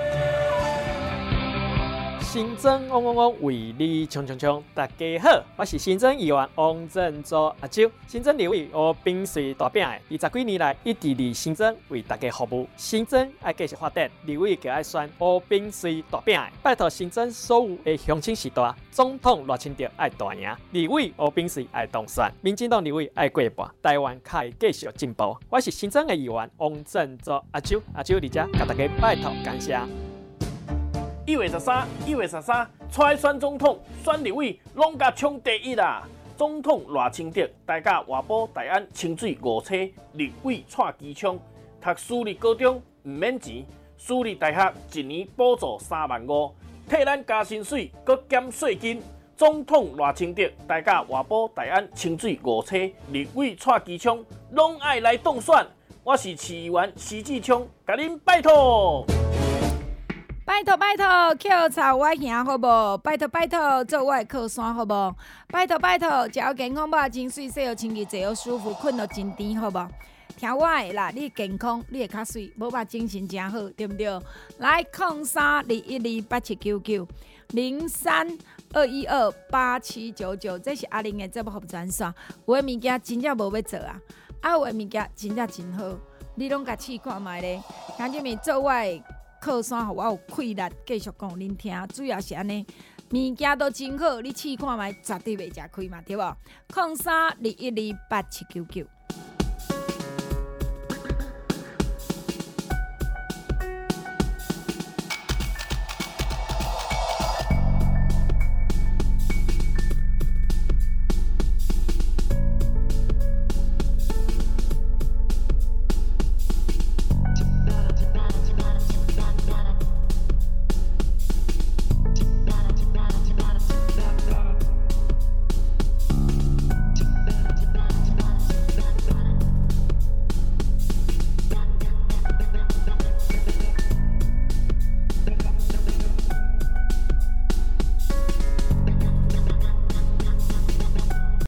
Speaker 9: 新增嗡嗡嗡，为你冲冲冲！大家好，我是新增议员王振洲阿周。新增立委我秉随大饼的，二十几年来一直伫新增为大家服务。新增爱继续发展，立委就爱选我秉随大饼的，拜托新增所有的乡亲时代，总统赖清德爱大赢，立委我秉随爱当选，民进党立委爱过半，台湾才会继续进步。我是新增的议员王振洲阿周，阿周伫遮甲大家拜托感谢。
Speaker 10: 一月十三，一月十三，出来选总统、选立委，拢甲冲第一啦！总统赖清德，大家外保大安清水五车，立委蔡机枪，读私立高中唔免钱，私立大学一年补助三万五，替咱加薪水，搁减税金。总统赖清德，大家外保大安清水五车，立委蔡机枪，拢爱来当选。我是市议员徐志昌，甲恁拜托。
Speaker 1: 拜托拜托，捡草我行好无？拜托拜托，做我的靠山好无？拜托拜托，食好健康饱，真水，洗好清气，坐好舒服，困到真甜好无？听我的啦，你健康，你会较水，无肉精神真好，对不对？来，空三二一二八七九九零三二一二八七九九，这是阿玲的节目服务专线。有的物件真正无要做啊，啊有的物件真正真好，你拢甲试看卖咧。听见没？做我的靠山，互我有气力继续讲恁听。主要是安尼，物件都真好，你试看觅，绝对袂食亏嘛，对无？空三二一二八七九九。